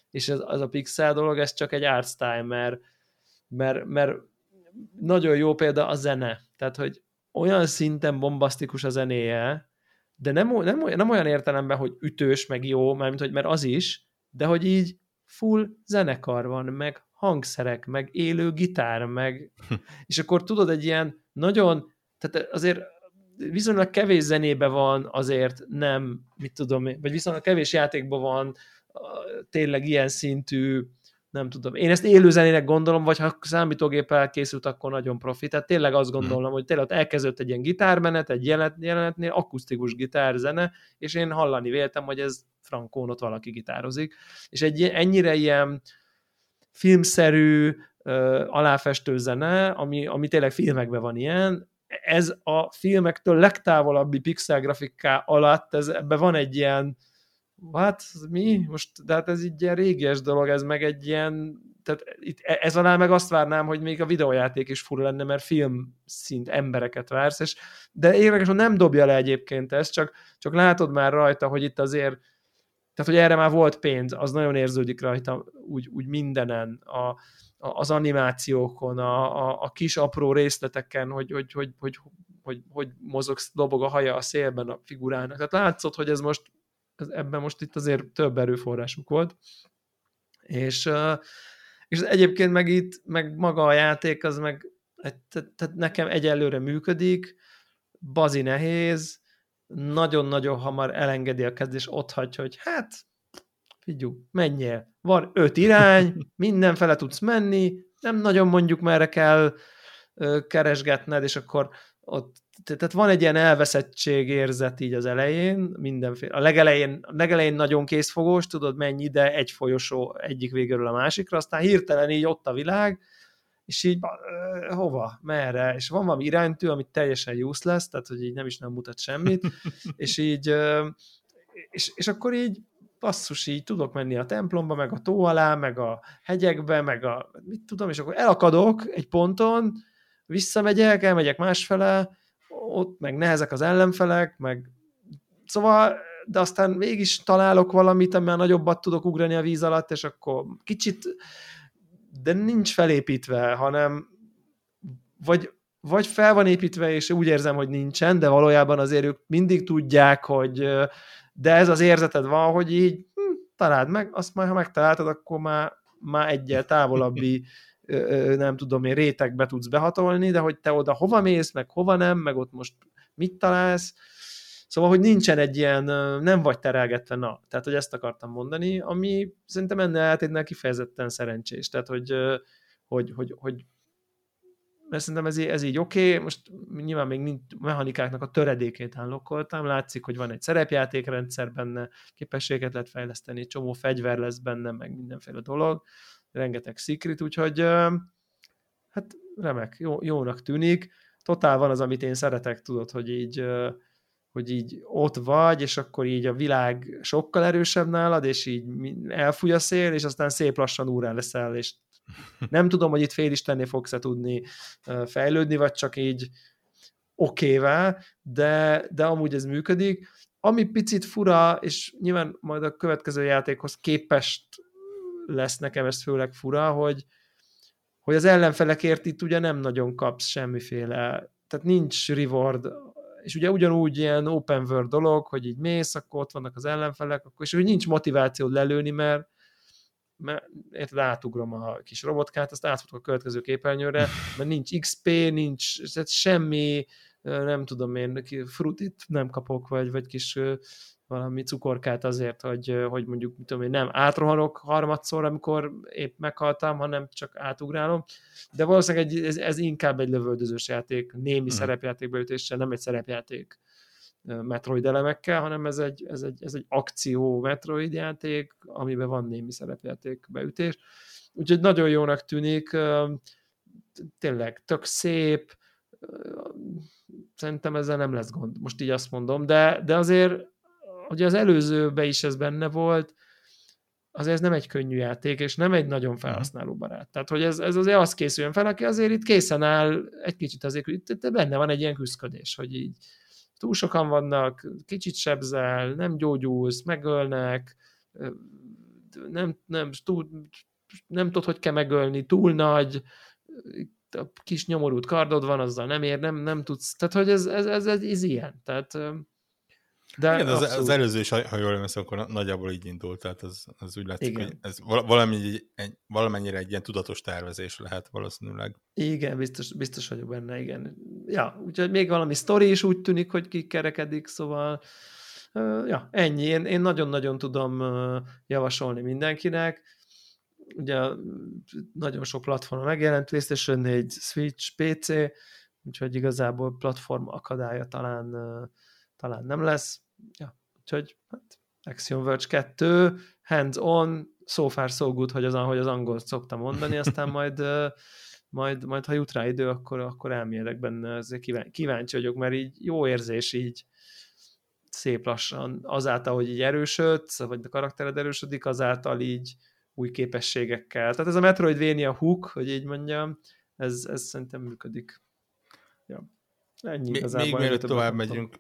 és az a pixel dolog, ez csak egy art style, mert nagyon jó példa a zene. Tehát, hogy olyan szinten bombasztikus a zenéje, de nem olyan értelemben, hogy ütős, meg jó, mert az is, de hogy így full zenekar van, meg hangszerek, meg élő gitár, meg és akkor tudod, egy ilyen nagyon, tehát azért viszonylag kevés zenébe van azért nem, mit tudom én, vagy viszonylag kevés játékban van tényleg ilyen szintű, nem tudom. Én ezt élő zenének gondolom, vagy ha számítógéppel készült, akkor nagyon profi. Tehát tényleg azt gondolom, hogy tényleg elkezdődött egy ilyen gitármenet, egy jelenetnél akusztikus gitárzene, és én hallani véltem, hogy ez frankón ott valaki gitározik. És egy ennyire ilyen filmszerű, aláfestő zene, ami tényleg filmekben van ilyen, ez a filmektől legtávolabbi pixel grafiká alatt, ebben van egy ilyen hát mi? Most, de hát ez így ilyen régies dolog, ez meg egy ilyen, tehát itt ez alá meg azt várnám, hogy még a videójáték is fura lenne, mert film szint embereket vársz, de érdekes, hogy nem dobja le egyébként ezt, csak látod már rajta, hogy itt azért, tehát hogy erre már volt pénz, az nagyon érződik rajta úgy mindenen, az animációkon, a kis apró részleteken, hogy mozog, dobog a haja a szélben a figurának. Tehát látszott, hogy ez most ebben most itt azért több erőforrásuk volt. És egyébként meg itt, meg maga a játék, az meg tehát nekem egyelőre működik, bazi nehéz, nagyon-nagyon hamar elengedi a kezdés, ott hagyja, hogy hát, figyelj, menjél. Van 5 irány, mindenfele tudsz menni, nem nagyon mondjuk merre kell keresgetned, és akkor ott tehát van egy ilyen elveszettség érzet így az elején, mindenféle. A legelején nagyon készfogós, tudod menj ide egy folyosó egyik végéről a másikra, aztán hirtelen így ott a világ, és így hova, merre, és van valami iránytű, amit teljesen useless, tehát hogy így nem mutat semmit, és így és akkor így basszus, így tudok menni a templomba, meg a tó alá, meg a hegyekbe, meg a mit tudom, és akkor elakadok egy ponton, visszamegyek, elmegyek másfele, ott meg nehezek az ellenfelek, meg szóval, de aztán mégis találok valamit, amivel nagyobbat tudok ugrani a víz alatt, és akkor kicsit, de nincs felépítve, hanem vagy fel van építve, és úgy érzem, hogy nincsen, de valójában azért ők mindig tudják, hogy de ez az érzeted van, hogy így találd meg, azt majd, ha megtaláltad, akkor már egyel távolabbi nem tudom én, rétegbe tudsz behatolni, de hogy te oda hova mész, meg hova nem, meg ott most mit találsz. Szóval, hogy nincsen egy ilyen, nem vagy terelgetve, na. Tehát, hogy ezt akartam mondani, ami szerintem ennél játéknál kifejezetten szerencsés. Tehát, hogy mert szerintem ez így oké. Most nyilván még mechanikáknak a töredékét unlockoltam, látszik, hogy van egy szerepjátékrendszer benne, képességet lehet fejleszteni, csomó fegyver lesz benne, meg mindenféle dolog, rengeteg secret, úgyhogy hát remek, jónak tűnik. Totál van az, amit én szeretek, tudod, hogy így ott vagy, és akkor így a világ sokkal erősebb nálad, és így elfúj a szél, és aztán szép lassan úrrá leszel, és nem tudom, hogy itt félistenné fogsz-e tudni fejlődni, vagy csak így okével, de amúgy ez működik. Ami picit fura, és nyilván majd a következő játékhoz képest lesz nekem ez főleg fura, hogy az ellenfelekért itt ugye nem nagyon kapsz semmiféle, tehát nincs reward, és ugye ugyanúgy ilyen open world dolog, hogy így mész, akkor ott vannak az ellenfelek, akkor, és úgy nincs motivációd lelőni, mert érted, átugrom a kis robotkát, azt átfutok a következő képernyőre, mert nincs XP, nincs semmi, nem tudom én, frutit nem kapok, vagy kis valami cukorkát azért, hogy mondjuk, mit tudom én, nem átrohanok harmadszor, amikor épp meghaltam, hanem csak átugrálom, de valószínűleg ez inkább egy lövöldözős játék, némi szerepjátékbeütéssel, nem egy szerepjáték Metroid elemekkel, hanem ez egy akció Metroid játék, amiben van némi szerepjáték beütés. Úgyhogy nagyon jónak tűnik, tényleg tök szép, szerintem ezzel nem lesz gond, most így azt mondom, de azért, ugye az előzőben is ez benne volt, azért ez nem egy könnyű játék, és nem egy nagyon felhasználóbarát. Tehát, hogy ez azért azt készüljön fel, aki azért itt készen áll egy kicsit azért, itt benne van egy ilyen küszködés, hogy így túl sokan vannak, kicsit sebzel, nem gyógyulsz, megölnek, nem tudod, hogy kell megölni, túl nagy, a kis nyomorult kardod van, azzal nem ér, nem tudsz, tehát hogy ez ilyen, tehát de igen, az abszolút. előző is, ha jól emlékszem, akkor nagyjából így indult, tehát az úgy látszik, Igen. hogy ez valamennyire egy ilyen tudatos tervezés lehet valószínűleg. Igen, biztos vagyok benne, igen. Ja, úgyhogy még valami sztori is úgy tűnik, hogy kikerekedik, szóval ja, ennyi. Én nagyon-nagyon tudom javasolni mindenkinek. Ugye nagyon sok platforma megjelent, PlayStation 4, Switch, PC, úgyhogy igazából platform akadálya talán nem lesz. Ja, úgyhogy hát, Axiom Verge 2, hands-on, so far so good, hogy az angolt szoktam mondani, aztán majd ha jut rá idő, akkor elmélek benne, ezért kíváncsi vagyok, mert így jó érzés így szép lassan, azáltal, hogy így erősödsz, vagy a karaktered erősödik, azáltal így új képességekkel. Tehát ez a Metroidvania hook, hogy így mondjam, ez szerintem működik. Ja. Ennyi igazából. Még mielőtt tovább megyünk,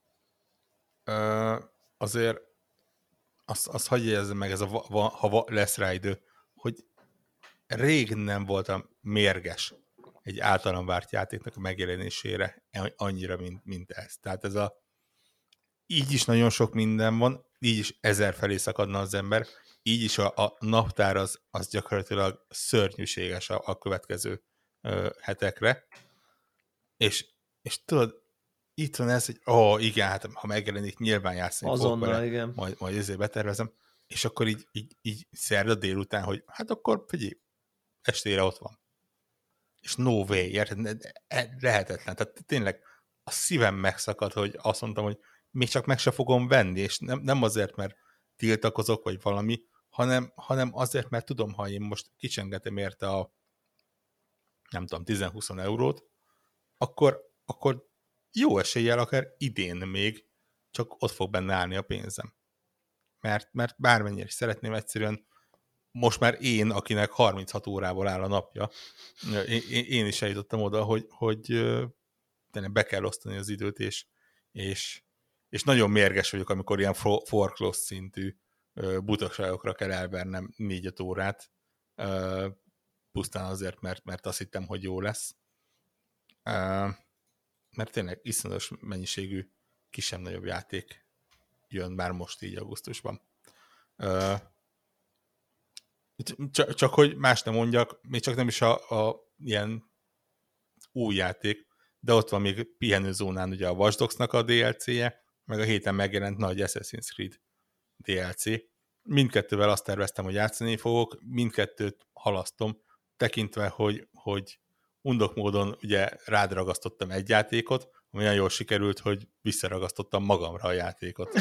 azért azt hagyj érzem meg, ez ha lesz rá idő, hogy rég nem voltam mérges egy általam várt játéknak a megjelenésére annyira, mint ez. Tehát így is nagyon sok minden van, így is 1000 felé szakadna az ember, így is a naptár az gyakorlatilag szörnyűséges a következő hetekre. És tudod, itt van ez, hogy igen, hát ha megjelenik, nyilván játszani fogok vele, igen. majd ezért betervezem, és akkor így szerda délután, hogy hát akkor figyelj, estére ott van. És no way, érted? Lehetetlen. Tehát tényleg a szívem megszakadt, hogy azt mondtam, hogy még csak meg se fogom venni, és nem azért, mert tiltakozok, vagy valami, hanem azért, mert tudom, ha én most kicsengetem érte a nem tudom, 10-20 eurót, akkor jó eséllyel akár idén még csak ott fog benne állni a pénzem. Mert bármennyire is szeretném, egyszerűen most már én, akinek 36 órából áll a napja, én is eljutottam oda, hogy tényleg be kell osztani az időt, és nagyon mérges vagyok, amikor ilyen forklós szintű butaságokra kell elvernem 4-5 órát, pusztán azért, mert azt hittem, hogy jó lesz. Mert tényleg iszonyatos mennyiségű kisebb-nagyobb játék jön már most így augusztusban. Csak hogy más nem mondjak, még csak nem is a ilyen új játék, de ott van még pihenőzónán ugye a Watch Dogs-nak a DLC-je, meg a héten megjelent nagy Assassin's Creed DLC. Mindkettővel azt terveztem, hogy játszani fogok, mindkettőt halasztom, tekintve, hogy undok módon ugye rádragasztottam egy játékot, ami olyan jól sikerült, hogy visszaragasztottam magamra a játékot.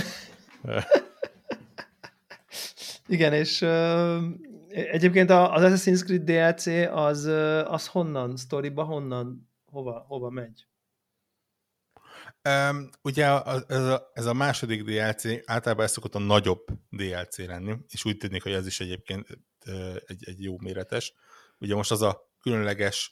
Igen, és egyébként az Assassin's Creed DLC az honnan, sztoriba hova megy? Ugye ez a második DLC általában ez szokott a nagyobb DLC lenni, és úgy tűnik, hogy ez is egyébként egy jó méretes. Ugye most az a különleges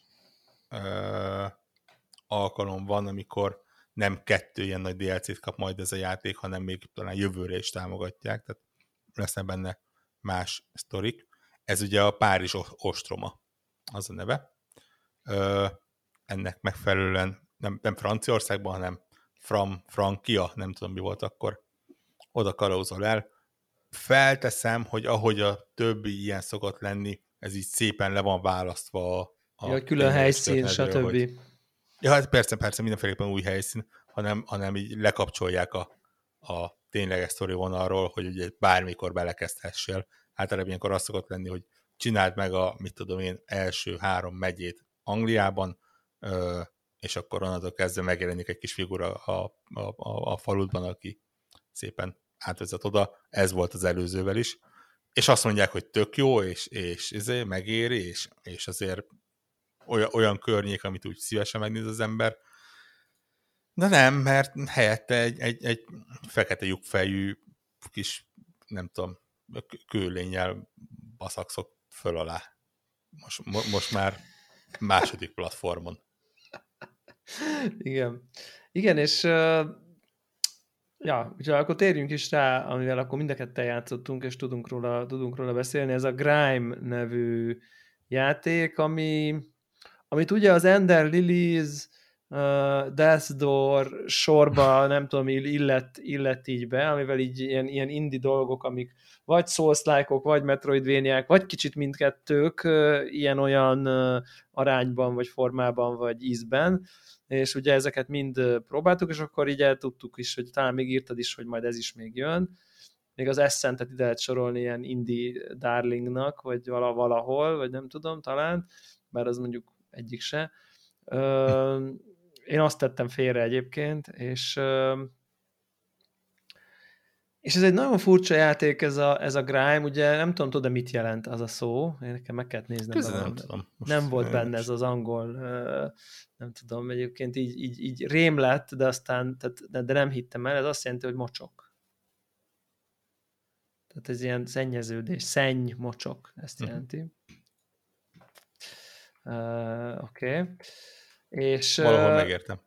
alkalom van, amikor nem 2 ilyen nagy DLC-t kap majd ez a játék, hanem még talán jövőre is támogatják, tehát lesznek benne más sztorik. Ez ugye a Párizs ostroma, az a neve. Ennek megfelelően nem Franciaországban, hanem Francia, nem tudom mi volt akkor, oda kalauzol el. Felteszem, hogy ahogy a többi ilyen szokott lenni, ez így szépen le van választva a külön helyszín, stb. Ja, hát persze, mindenféleképpen új helyszín, hanem így lekapcsolják a tényleges sztori vonalról, hogy ugye bármikor belekezdhessél. Általában ilyenkor az szokott lenni, hogy csináld meg mit tudom én, első 3 megyét Angliában, és akkor onnantól kezdve megjelenik egy kis figura a faludban, aki szépen átvezet oda. Ez volt az előzővel is. És azt mondják, hogy tök jó, és megéri, és azért olyan környék, amit úgy szívesen megnéz az ember. De nem, mert helyette egy fekete lyukfejű kis, nem tudom, kőlénnyel baszakszok föl alá. Most már második platformon. Igen, és Ja, úgyhogy akkor térjünk is rá, amivel akkor mind a ketten játszottunk, és tudunk róla beszélni. Ez a Grime nevű játék, amit ugye az Ender Lilies, Death's Door sorba, nem tudom, illet így be, amivel így ilyen indie dolgok, amik vagy Souls-like-ok, vagy Metroidvania-k, vagy kicsit mindkettők ilyen-olyan arányban, vagy formában, vagy ízben, és ugye ezeket mind próbáltuk, és akkor így eltudtuk is, hogy talán még írtad is, hogy majd ez is még jön. Még az Ascentet ide lehet sorolni ilyen indie darlingnak, vagy valahol, vagy nem tudom, talán, bár az mondjuk egyik se. Én azt tettem félre egyébként, és ez egy nagyon furcsa játék, ez a Grime, ugye nem tudom, tudod, mit jelent az a szó, én nekem meg kellett néznem. Nem tudom. Nem volt benne ez az angol, nem tudom, egyébként így rém lett, de aztán, de nem hittem el, ez azt jelenti, hogy mocsok. Tehát ez ilyen szennyeződés, szenny, mocsok, ezt jelenti. Oké. És valahol megértem.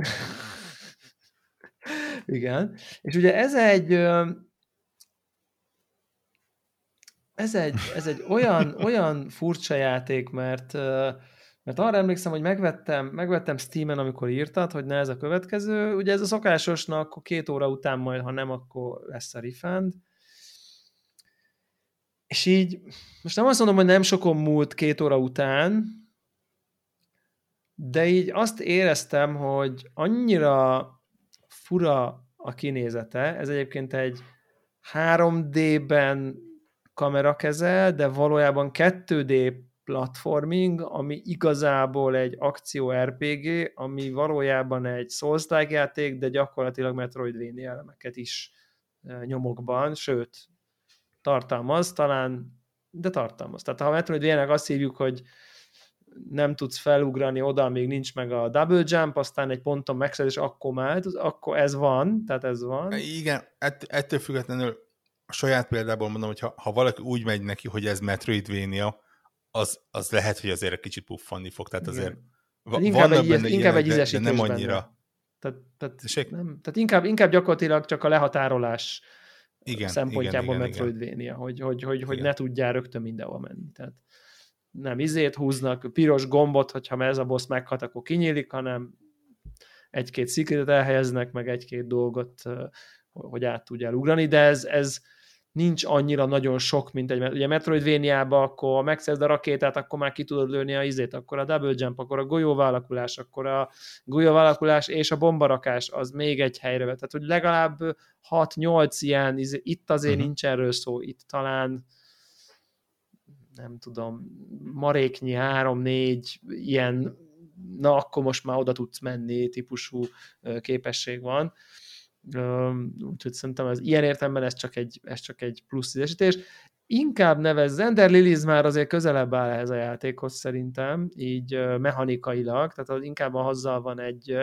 Igen. És ugye ez egy olyan furcsa játék, mert arra emlékszem, hogy megvettem Steamen, amikor írtad, hogy ne ez a következő. Ugye ez a szokásosnak, akkor 2 óra után majd, ha nem, akkor lesz a refund. És így, most nem azt mondom, hogy nem sokon múlt 2 óra után, de így azt éreztem, hogy annyira fura a kinézete. Ez egyébként egy 3D-ben kamerakezel, de valójában 2D platforming, ami igazából egy akció RPG, ami valójában egy Souls-like játék, de gyakorlatilag Metroidvania elemeket is nyomokban, sőt, tartalmaz, de tartalmaz. Tehát ha a Metroidvania-nek azt hívjuk, hogy nem tudsz felugrani oda, amíg nincs meg a double jump, aztán egy ponton megszered, és akkor ez van, tehát ez van. Igen, ettől függetlenül a saját példából mondom, hogy ha valaki úgy megy neki, hogy ez Metroidvania, az lehet, hogy azért egy kicsit puffanni fog, tehát azért inkább egy ízesítés de nem annyira. Tehát inkább gyakorlatilag csak a lehatárolás szempontjából igen, Metroidvania, hogy ne tudjál rögtön mindenhol menni. Tehát nem húznak piros gombot, hogyha ez a boss meghat, akkor kinyílik, hanem egy-két secretet elhelyeznek, meg egy-két dolgot, hogy át tudjál ugrani, de ez nincs annyira nagyon sok, mint ugye Metroidvania-ba, akkor megszerzed a rakétát, akkor már ki tudod lőni a izét, akkor a double jump, akkor a golyóvállakulás, akkor a golyóvállakulás és a bombarakás az még egy helyre vett. Tehát, hogy legalább 6-8 ilyen, itt azért nincs erről szó, itt talán nem tudom, maréknyi 3-4 ilyen, na akkor most már oda tudsz menni típusú képesség van. Úgyhogy szerintem ez ilyen értelemben ez csak egy plusz ízesítés. Inkább nevezz, Ender Lilies már azért közelebb áll ehhez a játékhoz szerintem, így mechanikailag, tehát az inkább azzal van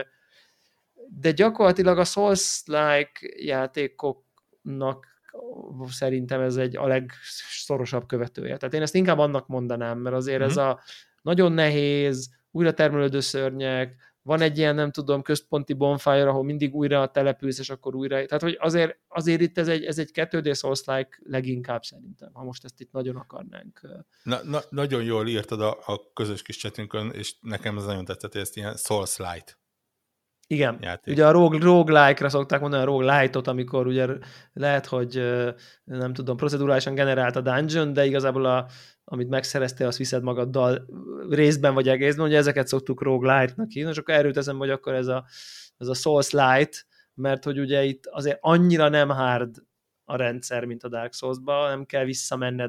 de gyakorlatilag a Souls-like játékoknak szerintem ez a legszorosabb követője. Tehát én ezt inkább annak mondanám, mert azért ez a nagyon nehéz, újra termelődő szörnyek, van egy ilyen, nem tudom, központi bonfire, ahol mindig újra települsz, és akkor újra... Tehát, hogy azért itt ez egy 2D Souls-like leginkább szerintem, ha most ezt itt nagyon akarnánk. Nagyon jól írtad a közös kis chatünkön, és nekem ez nagyon tetszett, hogy ezt ilyen Souls-like. Igen, játék. Ugye a roguelike-ra szokták mondani a roguelite-ot, amikor ugye lehet, hogy nem tudom, procedurálisan generált a dungeon, de igazából amit megszereztél, azt viszed magaddal részben vagy egészben, ugye ezeket szoktuk roguelite-nak hívni, és akkor erről teszem, hogy akkor ez a Souls-lite, mert hogy ugye itt azért annyira nem hard a rendszer, mint a Dark Souls-ba, nem kell visszamenned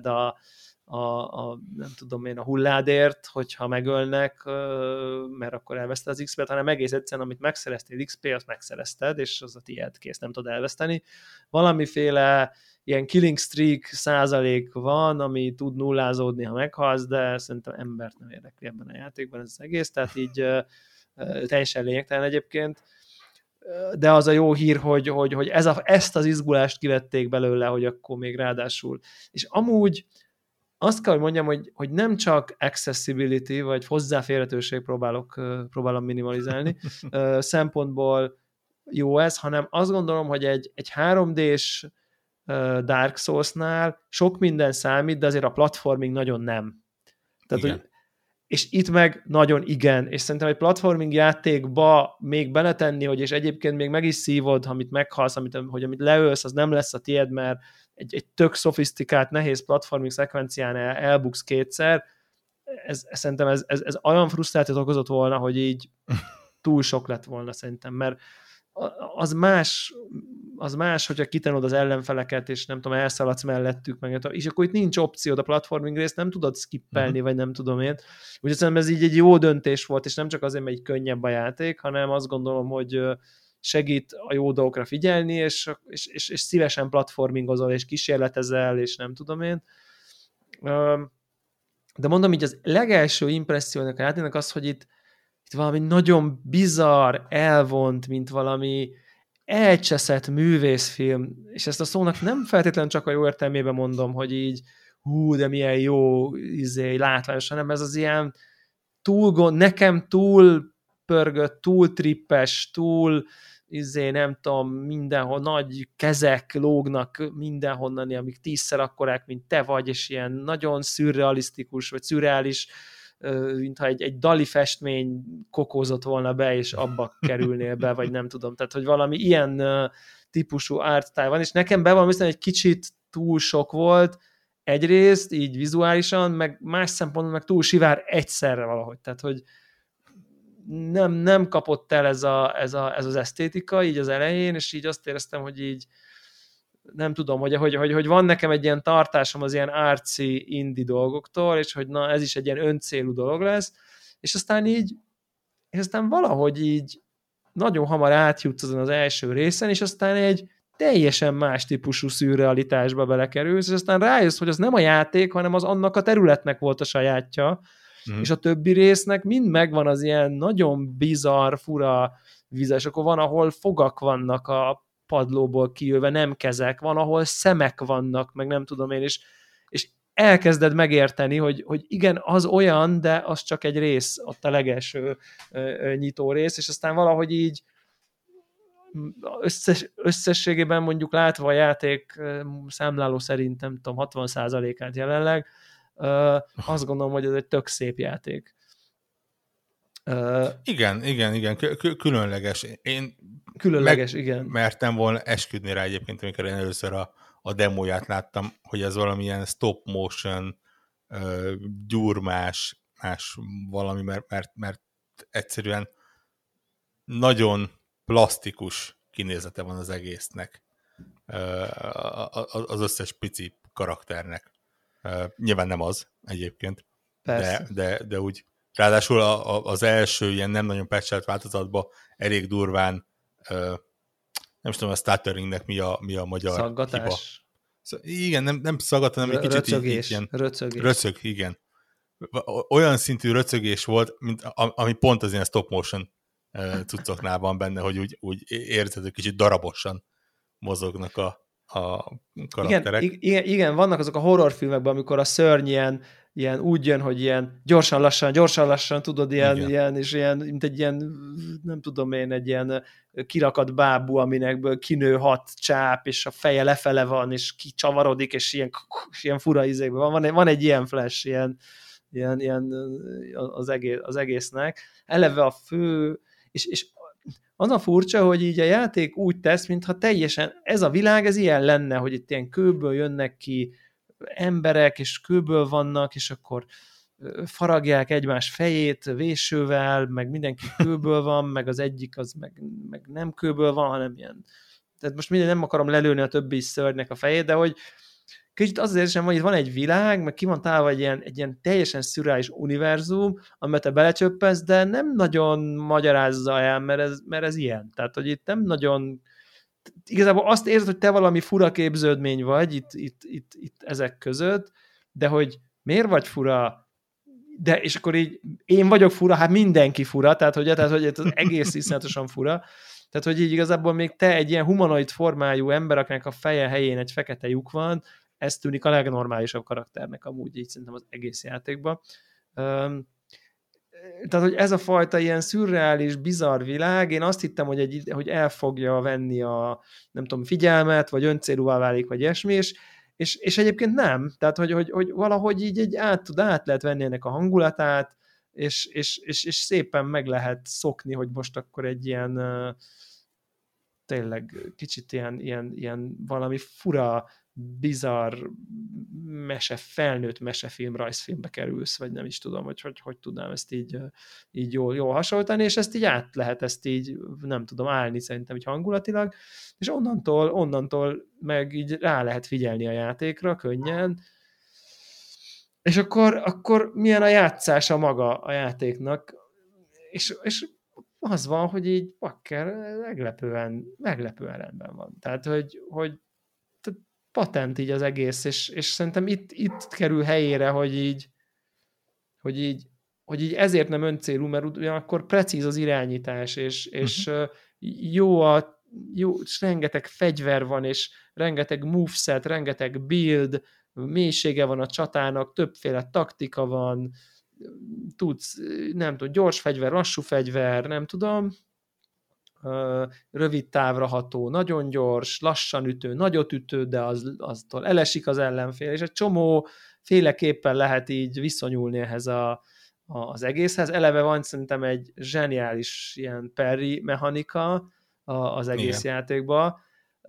nem tudom én, a hulládért, hogyha megölnek, mert akkor elveszted az XP-t, hanem egész egyszerűen, amit megszereztél XP, azt megszerezted, és az a tiéd, kész, nem tudod elveszteni. Valamiféle ilyen killing streak százalék van, ami tud nullázódni, ha meghalsz, de szerintem embert nem érdekli ebben a játékban ez az egész, tehát így teljesen lényegtelen egyébként. De az a jó hír, hogy ezt az izgulást kivették belőle, hogy akkor még ráadásul. És amúgy azt kell, hogy mondjam, hogy nem csak accessibility, vagy hozzáférhetőség próbálom minimalizálni szempontból jó ez, hanem azt gondolom, hogy egy 3D-s Dark Souls-nál sok minden számít, de azért a platforming nagyon nem. Tehát, hogy, és itt meg nagyon igen, és szerintem egy platforming játékba még beletenni, hogy és egyébként még meg is szívod, amit meghalsz, amit leölsz, az nem lesz a tied, mert egy tök szofisztikált, nehéz platforming szekvencián elbuksz kétszer, szerintem ez olyan frusztrációt okozott volna, hogy így túl sok lett volna szerintem, mert az más, hogyha kitenod az ellenfeleket, és nem tudom, elszaladsz mellettük, és akkor itt nincs opciód a platforming részt, nem tudod skippelni, vagy nem tudom én. Úgyhogy szerintem ez így egy jó döntés volt, és nem csak azért, mert így könnyebb a játék, hanem azt gondolom, hogy segít a jó dolgokra figyelni, és szívesen platformingozol, és kísérletezel, és nem tudom én. De mondom, így az legelső impressziónak a játéknak az, hogy itt valami nagyon bizarr, elvont, mint valami elcseszett művészfilm, és ezt a szónak nem feltétlenül csak a jó értelmében mondom, hogy így de milyen jó látványos, hanem ez az ilyen nekem túl pörgött, túl trippes, túl nem tudom, mindenhol nagy kezek lógnak mindenhonnan, amik 10-szer akkorák, mint te vagy, és ilyen nagyon szürrealisztikus, vagy szürreális, mintha egy dali festmény kokózott volna be, és abba kerülnél be, vagy nem tudom. Tehát, hogy valami ilyen típusú art-style van, és nekem bevallom, hogy egy kicsit túl sok volt, egyrészt, így vizuálisan, meg más szempontból meg túl sivár egyszerre valahogy. Tehát, hogy nem kapott el ez az esztétika így az elején, és így azt éreztem, hogy így nem tudom, hogy van nekem egy ilyen tartásom az ilyen artsy indie dolgoktól, és hogy na ez is egy ilyen öncélú dolog lesz, és aztán valahogy így nagyon hamar átjutsz azon az első részen, és aztán egy teljesen más típusú szürrealitásba belekerülsz, és aztán rájössz, hogy az nem a játék, hanem az annak a területnek volt a sajátja, és a többi résznek mind megvan az ilyen nagyon bizarr, fura vízes, akkor van, ahol fogak vannak a padlóból kijövve, nem kezek, van, ahol szemek vannak, meg nem tudom én, és elkezded megérteni, hogy igen, az olyan, de az csak egy rész, ott a legelső nyitó rész, és aztán valahogy így összességében mondjuk látva a játék számláló szerintem, nem tudom, 60%-át jelenleg, azt gondolom, hogy ez egy tök szép játék. Igen, különleges. Igen. Mertem volna esküdni rá egyébként, amikor én először a demóját láttam, hogy ez valamilyen stop motion, gyurmás, más valami, mert egyszerűen nagyon plastikus kinézete van az egésznek, az összes pici karakternek. Nyilván nem az egyébként, de úgy. Ráadásul az első ilyen nem nagyon patchelt változatban elég durván, nem tudom, a stutteringnek mi a magyar szaggatás. Hiba. Igen, nem szaggat, hanem egy kicsit röcögés. Ilyen röcög, igen. Olyan szintű röcögés volt, mint ami pont az ilyen stop motion cuccoknál van benne, hogy úgy érzed, hogy kicsit darabosan mozognak a karakterek. Igen, vannak azok a horrorfilmekben, amikor a szörny ilyen úgy jön, hogy ilyen gyorsan, lassan, tudod, ilyen, és ilyen, mint egy ilyen, nem tudom én, egy ilyen kirakat bábú, aminekből kinő 6 csáp, és a feje lefele van, és kicsavarodik, és ilyen fura ízékben van egy ilyen flash, ilyen az egésznek. Eleve a fő, és az a furcsa, hogy így a játék úgy tesz, mintha teljesen ez a világ, ez ilyen lenne, hogy itt ilyen kőből jönnek ki emberek, és kőből vannak, és akkor faragják egymás fejét vésővel, meg mindenki kőből van, meg az egyik az meg nem kőből van, hanem ilyen. Tehát most nem akarom lelőni a többi szörnynek a fejét, de hogy kicsit az érzésem, hogy itt van egy világ, meg ki van találva egy ilyen teljesen szürreális univerzum, amiben te belecsöppesz, de nem nagyon magyarázza el, mert ez ilyen. Tehát, hogy itt nem nagyon... Igazából azt érzed, hogy te valami fura képződmény vagy itt ezek között, de hogy miért vagy fura? De, és akkor így én vagyok fura, hát mindenki fura, tehát hogy ez egész iszonyatosan fura. Tehát, hogy így igazából még te egy ilyen humanoid formájú ember, akinek a feje helyén egy fekete lyuk van, ez tűnik a legnormálisabb karakternek amúgy így szerintem az egész játékban. tehát, hogy ez a fajta ilyen szürreális, bizarr világ, én azt hittem, hogy el fogja venni a, nem tudom, figyelmet, vagy öncélúvá válik, vagy ilyesmi, és egyébként nem. Tehát, hogy valahogy így át lehet venni ennek a hangulatát, és szépen meg lehet szokni, hogy most akkor egy ilyen tényleg kicsit ilyen valami fura, bizarr felnőtt mesefilm, rajzfilmbe kerülsz, vagy nem is tudom, hogy tudnám ezt így jól hasonlítani, és ezt így át lehet ezt így, nem tudom, állni szerintem így hangulatilag, és onnantól meg így rá lehet figyelni a játékra könnyen, és akkor milyen a játszása maga a játéknak, és az van, hogy így bakker meglepően rendben van. Tehát, hogy patent így az egész, és szerintem itt kerül helyére, hogy így ezért nem öncélú, mert ugyanakkor precíz az irányítás, és jó, rengeteg fegyver van, és rengeteg moveset, rengeteg build, mélysége van a csatának, többféle taktika van, tudsz, nem tudom, gyors fegyver, lassú fegyver, nem tudom, rövid távra ható, nagyon gyors, lassan ütő, nagyot ütő, de aztól elesik az ellenfél, és egy csomó féleképpen lehet így viszonyulni ehhez az egészhez. Eleve van szerintem egy zseniális ilyen parry mechanika az egész játékban,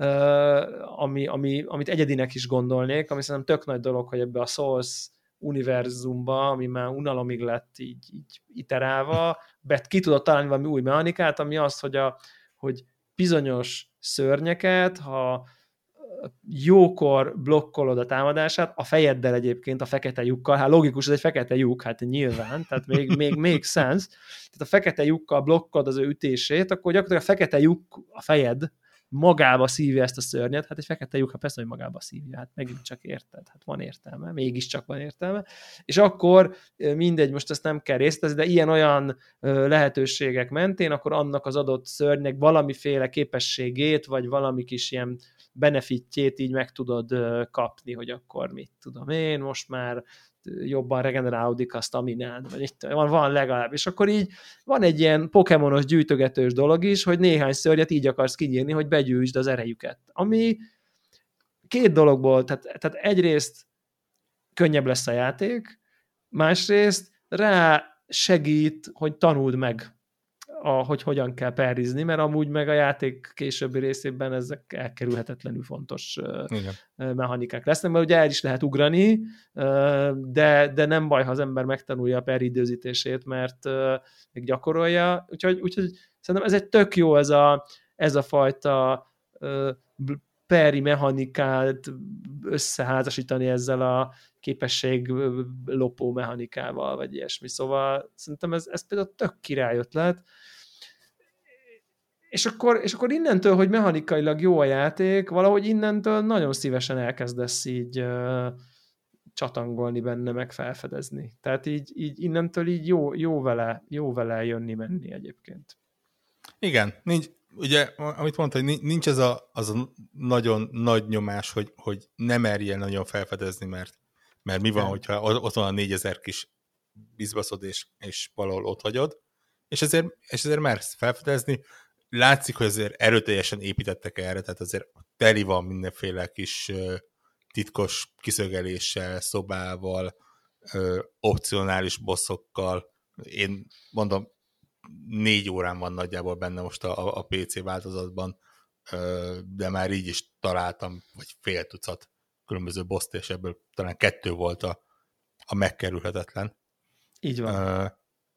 amit egyedinek is gondolnék, ami szerintem tök nagy dolog, hogy ebbe a Souls univerzumba, ami már unalomig lett így iterálva, ki tudott találni valami új mechanikát, ami az, hogy bizonyos szörnyeket, ha jókor blokkolod a támadását, a fejeddel egyébként, a fekete lyukkal, hát logikus, ez egy fekete lyuk, hát nyilván, tehát még sense, tehát a fekete lyukkal blokkolod az ő ütését, akkor gyakorlatilag a fekete lyuk, a fejed magába szívja ezt a szörnyet, hát egy fekete lyuk, hát persze, hogy magába szívja, hát megint csak érted, hát van értelme, mégiscsak van értelme, és akkor mindegy, most ezt nem kell részletezni, de ilyen-olyan lehetőségek mentén, akkor annak az adott szörnynek valamiféle képességét, vagy valami kis ilyen benefitjét így meg tudod kapni, hogy akkor mit tudom én, most már jobban regenerálódik a staminád, vagy itt van legalább, és akkor így van egy ilyen pokémonos gyűjtögetős dolog is, hogy néhány szörnyet így akarsz kinyírni, hogy begyűjtsd az erejüket. Ami két dologból, tehát egyrészt könnyebb lesz a játék, másrészt rá segít, hogy tanuld meg, hogy hogyan kell perrizni, mert amúgy meg a játék későbbi részében ezek elkerülhetetlenül fontos mechanikák lesznek, mert ugye el is lehet ugrani, de nem baj, ha az ember megtanulja a per időzítését, mert még gyakorolja, úgyhogy szerintem ez egy tök jó ez a fajta peri mechanikát összeházasítani ezzel a képesség lopó mechanikával, vagy ilyesmi. Szóval szerintem ez például tök király ötlet. És akkor innentől, hogy mechanikailag jó a játék, valahogy innentől nagyon szívesen elkezdesz így csatangolni benne, meg felfedezni. Tehát így innentől így jó vele jönni-menni egyébként. Igen, ugye, amit mondta, hogy nincs az a nagyon nagy nyomás, hogy nem merjél nagyon felfedezni, mert mi van, hogyha ott van a 4000 kis bizbaszod, és valahol ott hagyod, és ezért mersz felfedezni. Látszik, hogy azért erőteljesen építettek erre, tehát azért teli van mindenféle kis titkos kiszögeléssel, szobával, opcionális bosszokkal. Én mondom, 4 órán van nagyjából benne most a PC változatban, de már így is találtam, vagy fél tucat különböző boszt, és ebből talán 2 volt a megkerülhetetlen. Így van.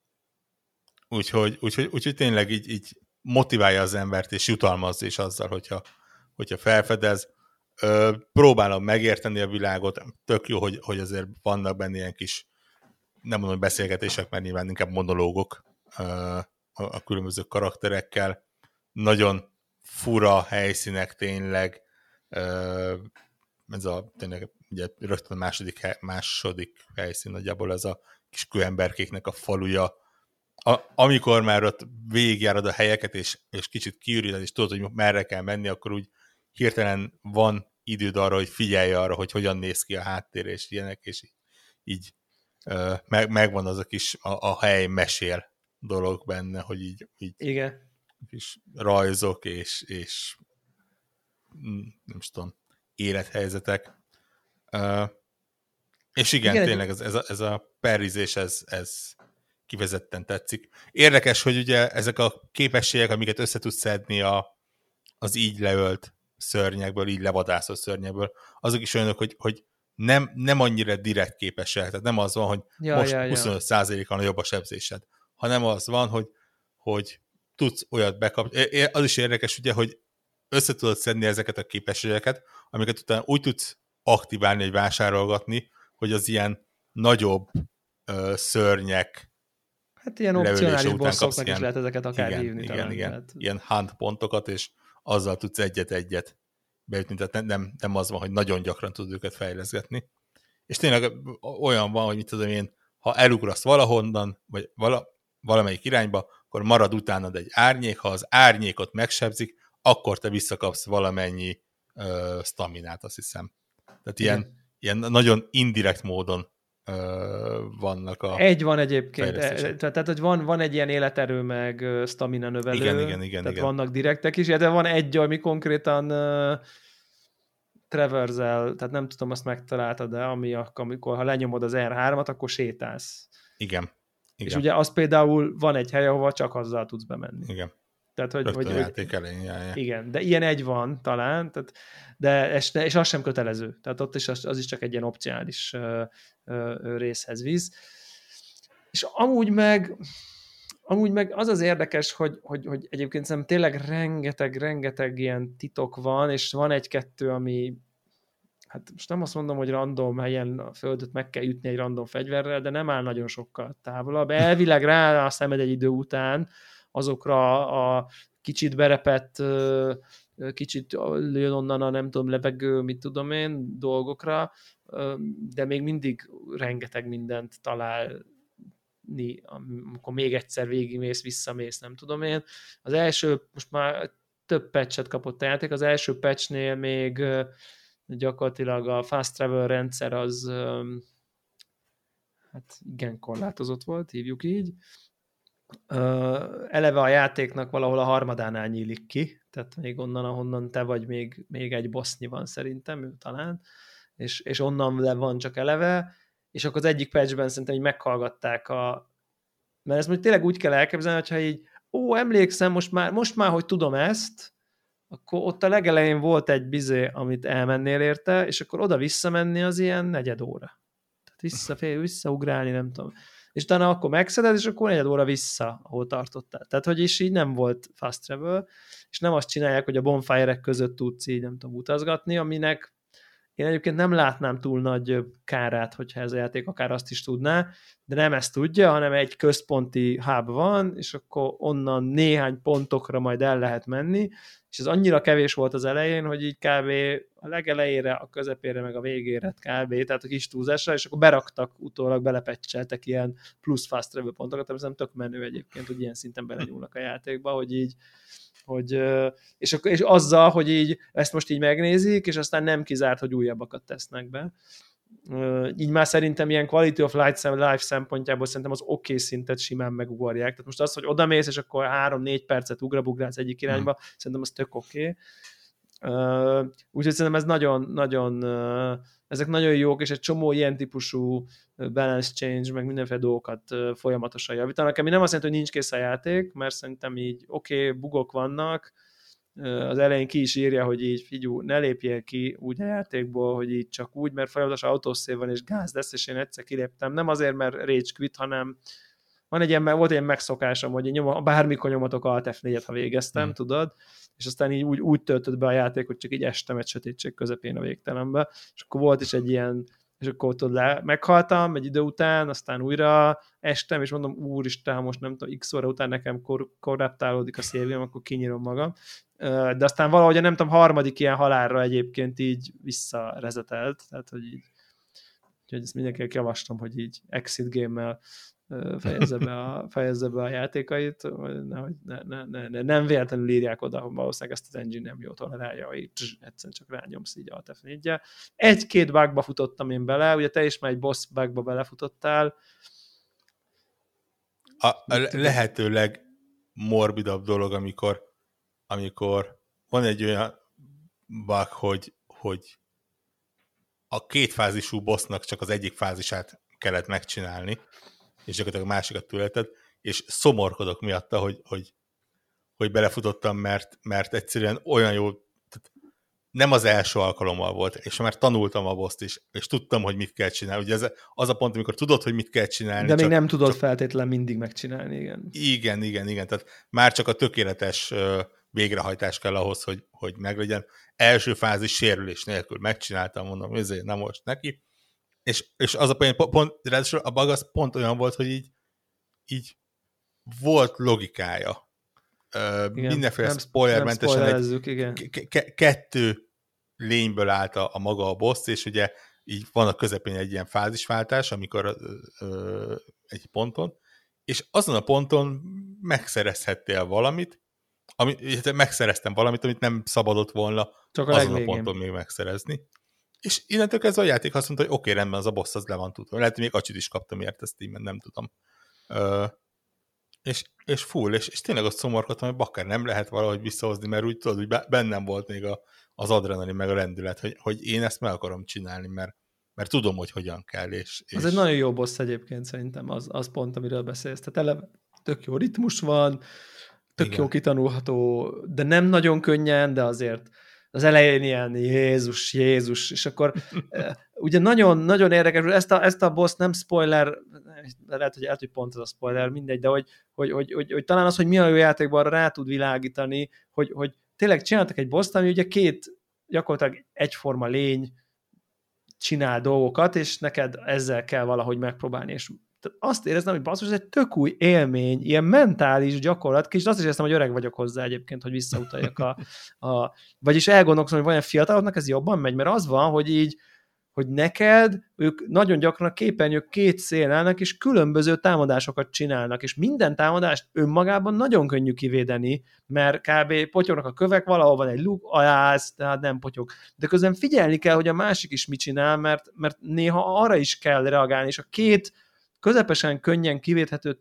Úgyhogy tényleg így motiválja az embert, és jutalmaz is azzal, hogyha felfedez. Próbálom megérteni a világot, tök jó, hogy azért vannak benne ilyen kis, nem mondom, hogy beszélgetések, mert nyilván inkább monológok a különböző karakterekkel. Nagyon fura helyszínek tényleg. Ez tényleg ugye rögtön a második helyszín nagyjából ez a kis kőemberkéknek a faluja. Amikor már ott végigjárod a helyeket, és kicsit kiüríted, és tudod, hogy merre kell menni, akkor úgy hirtelen van időd arra, hogy figyelj arra, hogy hogyan néz ki a háttér, és ilyenek, és így megvan az a kis a hely mesél dolog benne, hogy így igen. kis rajzok és nem is tudom, élethelyzetek. És igen, tényleg ez a perrizés, ez kifejezetten tetszik. Érdekes, hogy ugye ezek a képességek, amiket össze tudsz szedni az így leölt szörnyekből, így levadászott szörnyekből, azok is olyanok, hogy nem annyira direkt képesek. Tehát nem az van, hogy most 25%-kal jobb a sebzésed, hanem az van, hogy tudsz olyat bekapni. Az is érdekes, ugye, hogy össze tudod szedni ezeket a képességeket, amiket utána úgy tudsz aktiválni, vagy vásárolgatni, hogy az ilyen nagyobb szörnyek hát ilyen opcionális bosszoknak is lehet ezeket akár hívni. Igen. Tehát... Ilyen hunt pontokat, és azzal tudsz egyet-egyet beütni, tehát nem az van, hogy nagyon gyakran tudod őket fejleszgetni. És tényleg olyan van, hogy mit tudom én, ha elugrasz valahonnan, vagy valamelyik irányba, akkor marad utánad egy árnyék, ha az árnyékot megsebzik, akkor te visszakapsz valamennyi staminát, azt hiszem. Tehát ilyen nagyon indirekt módon vannak a... Egy van egyébként, tehát hogy van egy ilyen életerő, meg stamina növelő, igen. Vannak direktek is, de van egy, ami konkrétan traversel, tehát nem tudom, azt megtaláltad, de amikor ha lenyomod az R3-at, akkor sétálsz. Igen. És ugye az például van egy hely, ahova csak azzal tudsz bemenni. Igen. Tehát, hogy játék elején. Igen, de ilyen egy van talán, tehát, és az sem kötelező. Tehát ott is az is csak egy ilyen opcionális részhez visz. És amúgy meg az az érdekes, hogy egyébként szerintem tényleg rengeteg ilyen titok van, és van egy-kettő, ami hát most nem azt mondom, hogy random helyen a földöt meg kell ütni egy random fegyverrel, de nem áll nagyon sokkal távolabb. Elvileg rá a szemed egy idő után azokra a kicsit berepett, kicsit jön onnan a nem tudom, levegő, mit tudom én, dolgokra, de még mindig rengeteg mindent találni, amikor még egyszer végigmész, visszamész, nem tudom én. Az első, most már több patchet kapott a játék, az első patchnél még gyakorlatilag a fast travel rendszer az hát igen korlátozott volt, hívjuk így. Eleve a játéknak valahol a harmadánál nyílik ki, tehát még onnan, ahonnan te vagy, még egy bossnyi van szerintem, talán, és onnan le van csak eleve, és akkor az egyik patchben szerintem így meghallgatták mert ezt mondjuk tényleg úgy kell elképzelni, hogyha így, emlékszem, most már, hogy tudom ezt, akkor ott a legelején volt egy amit elmennél érte, és akkor oda visszamenni az ilyen 4 óra. Tehát visszaugrálni, nem tudom. És utána akkor megszeded, és akkor 4 óra vissza, ahol tartottál. Tehát, hogy is így nem volt fast travel, és nem azt csinálják, hogy a bonfire-ek között tudsz így, nem tudom, utazgatni, aminek én egyébként nem látnám túl nagy kárát, hogyha ez a játék akár azt is tudná, de nem ezt tudja, hanem egy központi hub van, és akkor onnan néhány pontokra majd el lehet menni, és ez annyira kevés volt az elején, hogy így kb. A legelejére, a közepére, meg a végére kb. Tehát a kis túlzásra, és akkor beraktak, utólag belepecseltek ilyen plusz fast travel pontokat, ami szerintem tök menő egyébként, hogy ilyen szinten belenyúlnak a játékba, hogy így és azzal, hogy így ezt most így megnézik, és aztán nem kizárt, hogy újabbakat tesznek be. Így már szerintem ilyen quality of life szempontjából szerintem az oké szintet simán megugorják. Tehát most az, hogy odamész, és akkor 3-4 percet ugrabugrálsz egyik irányba, szerintem az tök oké. Úgyhogy szerintem ez nagyon ezek nagyon jók, és egy csomó ilyen típusú balance change, meg mindenféle dolgokat folyamatosan javítanak, ami nem azt jelenti, hogy nincs kész a játék, mert szerintem így bugok vannak, az elején ki is írja, hogy így figyú, ne lépjél ki úgy a játékból, hogy így csak úgy, mert folyamatosan autoszév van és gáz lesz, és én egyszer kiléptem. Nem azért, mert rage quit, hanem volt egy ilyen megszokásom, hogy én bármikor nyomatok Alt F4-et, ha végeztem, tudod, és aztán így úgy töltött be a játék, hogy csak így estem egy sötétség közepén a végtelenbe, és akkor volt is egy ilyen, és akkor tudod, meghaltam egy idő után, aztán újra estem, és mondom, úristen, ha most nem tudom, x óra után nekem korruptálódik a szélvém, akkor kinyírom magam. De aztán valahogy nem tudom, harmadik ilyen halálra egyébként így visszarezetelt, tehát hogy így úgyhogy ezt mindenkinek javaslom, hogy így exit game-mel fejezze be a játékait, nehogy nem véletlenül írják oda, hogy valószínűleg ezt az engine nem jó tolerálja, hogy egyszerűen csak rányomsz így alt F4-jel. Egy-két bugba futottam én bele, ugye te is már egy boss bugba belefutottál. A lehetőleg morbidabb dolog, amikor van egy olyan bug, hogy a kétfázisú bossnak csak az egyik fázisát kellett megcsinálni, és gyakorlatilag a másikat tületed, és szomorkodok miatta, hogy belefutottam, mert egyszerűen olyan jó, nem az első alkalommal volt, és már tanultam a boszt is, és tudtam, hogy mit kell csinálni. Ugye ez az a pont, amikor tudod, hogy mit kell csinálni. De még nem tudod feltétlenül mindig megcsinálni, igen. Igen. Tehát már csak a tökéletes végrehajtás kell ahhoz, hogy meglegyen. Első fázis sérülés nélkül megcsináltam, mondom, ezért nem most neki. És az a pont, ráadásul a bug az pont olyan volt, hogy így volt logikája. Mindenféle spoilermentesen kettő lényből állt a maga a boss, és ugye így van a közepén egy ilyen fázisváltás, amikor egy ponton, és azon a ponton megszerezhettél valamit, megszereztem valamit, amit nem szabadott volna csak azon a ponton még megszerezni. És innentől kezdve a játék azt mondta, hogy oké, rendben, az a boss az le van tudva. Lehet, hogy még acsit is kaptam érte Steam-en, nem tudom. És full, és tényleg azt szomorkodtam, hogy bakker nem lehet valahogy visszahozni, mert úgy tudod, hogy bennem volt még az adrenalin, meg a rendület, hogy én ezt meg akarom csinálni, mert tudom, hogy hogyan kell. És az egy nagyon jó boss egyébként szerintem, az pont, amiről beszélsz. Tehát eleve tök jó ritmus van, tök jó kitanulható, de nem nagyon könnyen, de azért az elején ilyen Jézus, és akkor ugye nagyon, nagyon érdekes, ezt a boss nem spoiler, lehet, hogy pont ez a spoiler, mindegy, de hogy talán az, hogy mi a jó játékban, arra rá tud világítani, hogy tényleg csináltak egy boss-t, ami ugye két gyakorlatilag egyforma lény csinál dolgokat, és neked ezzel kell valahogy megpróbálni, és azt éreztem, hogy basszus, ez egy tök új élmény, ilyen mentális gyakorlat, és azt is éreztem, hogy öreg vagyok hozzá egyébként, hogy visszautaljak vagyis elgondolkozom, hogy vajon fiataloknak ez jobban megy, mert az van, hogy így, hogy neked ők nagyon gyakran a képernyők két szélén állnak, és különböző támadásokat csinálnak, és minden támadást önmagában nagyon könnyű kivédeni, mert kb. Potyognak a kövek, valahol van egy luk, ajász, tehát nem potyog. De közben figyelni kell, hogy a másik is mit csinál, mert néha arra is kell reagálni, és a két közepesen könnyen kivédhető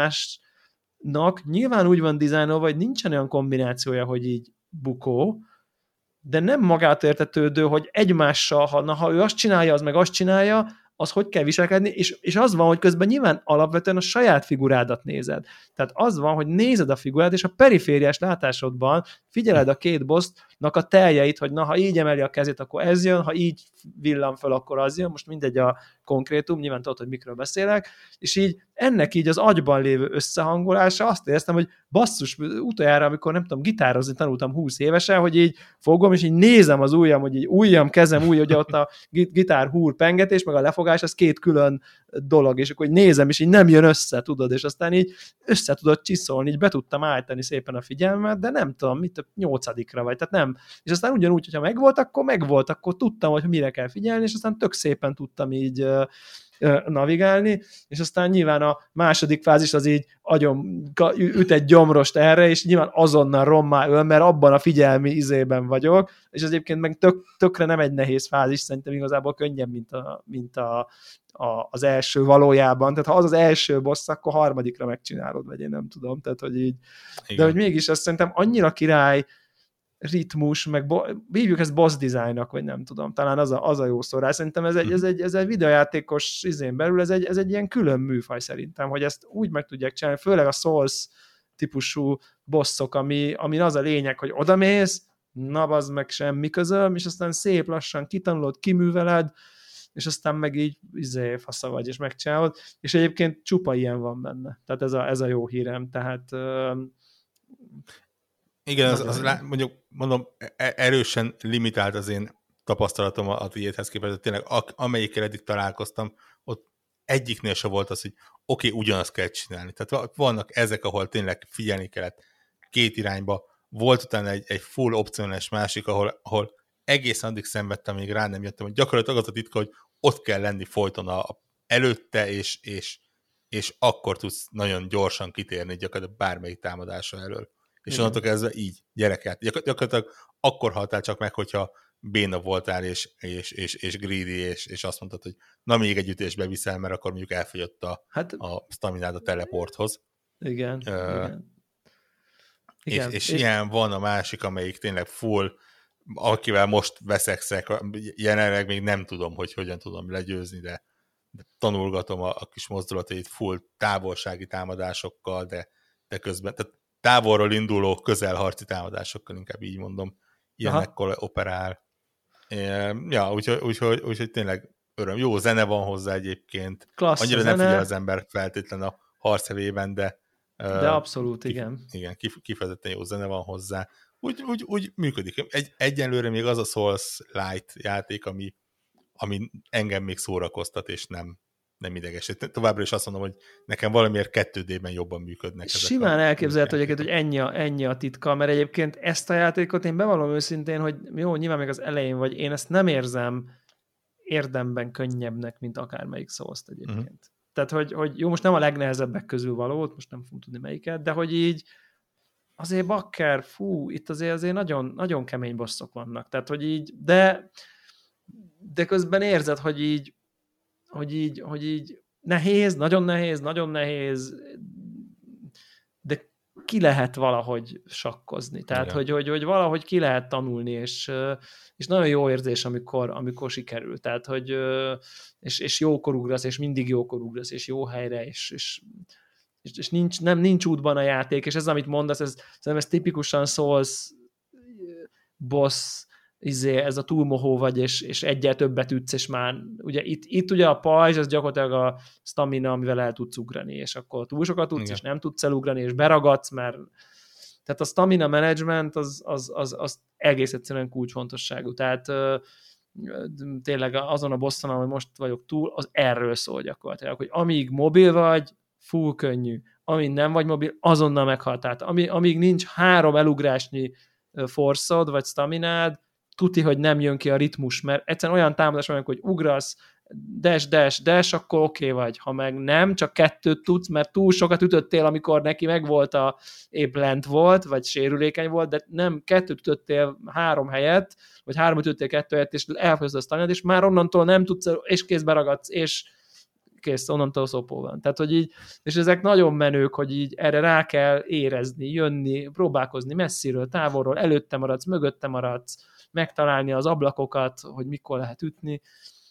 támadásnak nyilván úgy van dizájnolva, hogy nincsen olyan kombinációja, hogy így bukó, de nem magától értetődő, hogy egymással, ha ő azt csinálja, az meg azt csinálja, az hogy kell viselkedni, és az van, hogy közben nyilván alapvetően a saját figurádat nézed. Tehát az van, hogy nézed a figurát, és a perifériás látásodban figyeled a két bossnak a teljeit, hogy na, ha így emeli a kezét, akkor ez jön, ha így villan fel, akkor az jön, most mindegy a konkrétum, nyilván tudod, hogy mikről beszélek, és így ennek így az agyban lévő összehangolása, azt éreztem, hogy basszus, utoljára, amikor nem tudom, gitározni tanultam 20 évesen, hogy így fogom, és így nézem az ujjam, hogy így ujjam, kezem, ugye ott a gitár húr pengetés, meg a lefogás, az két külön dolog, és akkor így nézem, és így nem jön össze, tudod, és aztán így össze tudod csiszolni, így be tudtam állítani szépen a figyelmet, de nem tudom, mit 8-ra vagy, tehát nem. És aztán ugyanúgy, hogyha megvolt, akkor tudtam, hogy mire kell figyelni, és aztán tök szépen tudtam így navigálni, és aztán nyilván a második fázis az így üt egy gyomrost erre, és nyilván azonnal rommá öl, mert abban a figyelmi izében vagyok, és az egyébként meg tökre nem egy nehéz fázis, szerintem igazából könnyebb, mint az első valójában, tehát ha az első boss, akkor harmadikra megcsinálod, vagy én nem tudom, tehát hogy így, igen. De hogy mégis azt szerintem annyira király ritmus, meg hívjuk ezt boss designnak, vagy nem tudom, talán az a jó szó rá. Szerintem ez egy videojátékos izén belül, ez egy ilyen külön műfaj szerintem, hogy ezt úgy meg tudják csinálni, főleg a Souls típusú bosszok, ami az a lényeg, hogy odamész, na bazd meg semmi közöm, és aztán szép lassan kitanulod, kiműveled, és aztán meg így fasza vagy, és megcsinálod, és egyébként csupa ilyen van benne. Tehát ez a jó hírem, tehát igen, mondjuk mondom, erősen limitált az én tapasztalatom a tiédhez képest, hogy tényleg amelyikkel eddig találkoztam, ott egyiknél se volt az, hogy oké, ugyanazt kell csinálni. Tehát vannak ezek, ahol tényleg figyelni kellett két irányba. Volt utána egy full opcionális másik, ahol egészen addig szenvedtem, még rá nem jöttem, hogy gyakorlatilag az a titka, hogy ott kell lenni folyton előtte, és akkor tudsz nagyon gyorsan kitérni gyakorlatilag bármelyik támadása elől. És onnantól kezdve így, gyerekát. Gyakorlatilag akkor haltál csak meg, hogyha béna voltál, és greedy, és azt mondtad, hogy na még egy ütésbe viszel, mert akkor mondjuk elfogyott a staminád a teleporthoz. Igen. És ilyen van a másik, amelyik tényleg full, akivel most veszekszek, jelenleg még nem tudom, hogy hogyan tudom legyőzni, de tanulgatom a kis mozdulatait full távolsági támadásokkal, de közben, tehát távolról induló közelharci támadásokkal, inkább így mondom, ilyenekkor operál. Ja, úgyhogy tényleg öröm. Jó zene van hozzá egyébként. Klassz annyira nem figyel az ember feltétlen a harcevében, de abszolút, igen. Igen, kifejezetten jó zene van hozzá. Úgy működik. Egyenlőre még az a Souls Light játék, ami engem még szórakoztat, és nem idegesít. Továbbra is azt mondom, hogy nekem valamiért 2D-ben jobban működnek. Simán elképzelhető egyébként, hogy ennyi a titka, mert egyébként ezt a játékot én bevallom őszintén, hogy jó, nyilván még az elején vagy, én ezt nem érzem érdemben könnyebbnek, mint akármelyik Souls-t egyébként. Tehát, hogy jó, most nem a legnehezebbek közül való, most nem fogom tudni melyiket, de hogy így azért bakker, itt azért nagyon, nagyon kemény bosszok vannak. Tehát, hogy így, de közben érzed, hogy így nehéz, nagyon nehéz, de ki lehet valahogy sakkozni. Tehát, hogy valahogy ki lehet tanulni, és nagyon jó érzés, amikor sikerül. Tehát, hogy és jókor ugrasz, és mindig jókor ugrasz, és jó helyre, és nincs útban a játék, és ez, amit mondasz, ez tipikusan Souls boss, ez a túlmohó vagy, és egyel többet ütsz, és már ugye itt ugye a pajzs, az gyakorlatilag a stamina, amivel el tudsz ugrani, és akkor túl sokat tudsz, és nem tudsz elugrani, és beragadsz, mert tehát a stamina management az egész egyszerűen kulcsfontosságú. Tehát tényleg azon a bosson, ahol most vagyok túl, az erről szól gyakorlatilag, hogy amíg mobil vagy, full könnyű. Amíg nem vagy mobil, azonnal meghaltál. Amíg nincs 3 elugrásnyi forszod, vagy staminád, tuti, hogy nem jön ki a ritmus, mert egyszerűen olyan támadás van, hogy ugrasz, dash, akkor oké vagy. Ha meg nem, csak 2 tudsz, mert túl sokat ütöttél, amikor neki megvolt épp lent volt, vagy sérülékeny volt, de nem 2 ütöttél 3 helyet, vagy 3 ütöttél 2 helyet, és elfogyaszt a staminát, és már onnantól nem tudsz, és kézbe ragadsz, és kész, onnantól szopó van. Tehát, hogy így, és ezek nagyon menők, hogy így erre rá kell érezni, jönni, próbálkozni messziről, távolról, előtte maradsz, mögötte maradsz, megtalálni az ablakokat, hogy mikor lehet ütni.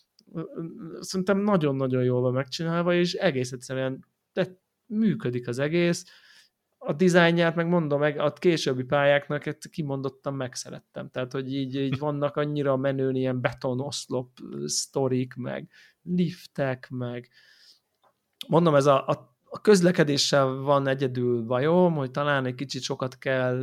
Szerintem nagyon-nagyon jól van megcsinálva, és egész egyszerűen működik az egész. A dizájnját meg mondom, meg a későbbi pályáknak kimondottan megszerettem. Tehát, hogy így vannak annyira menőn ilyen betonoszlop sztorik, meg liftek, meg mondom, ez a közlekedéssel van egyedül bajom, hogy talán egy kicsit sokat kell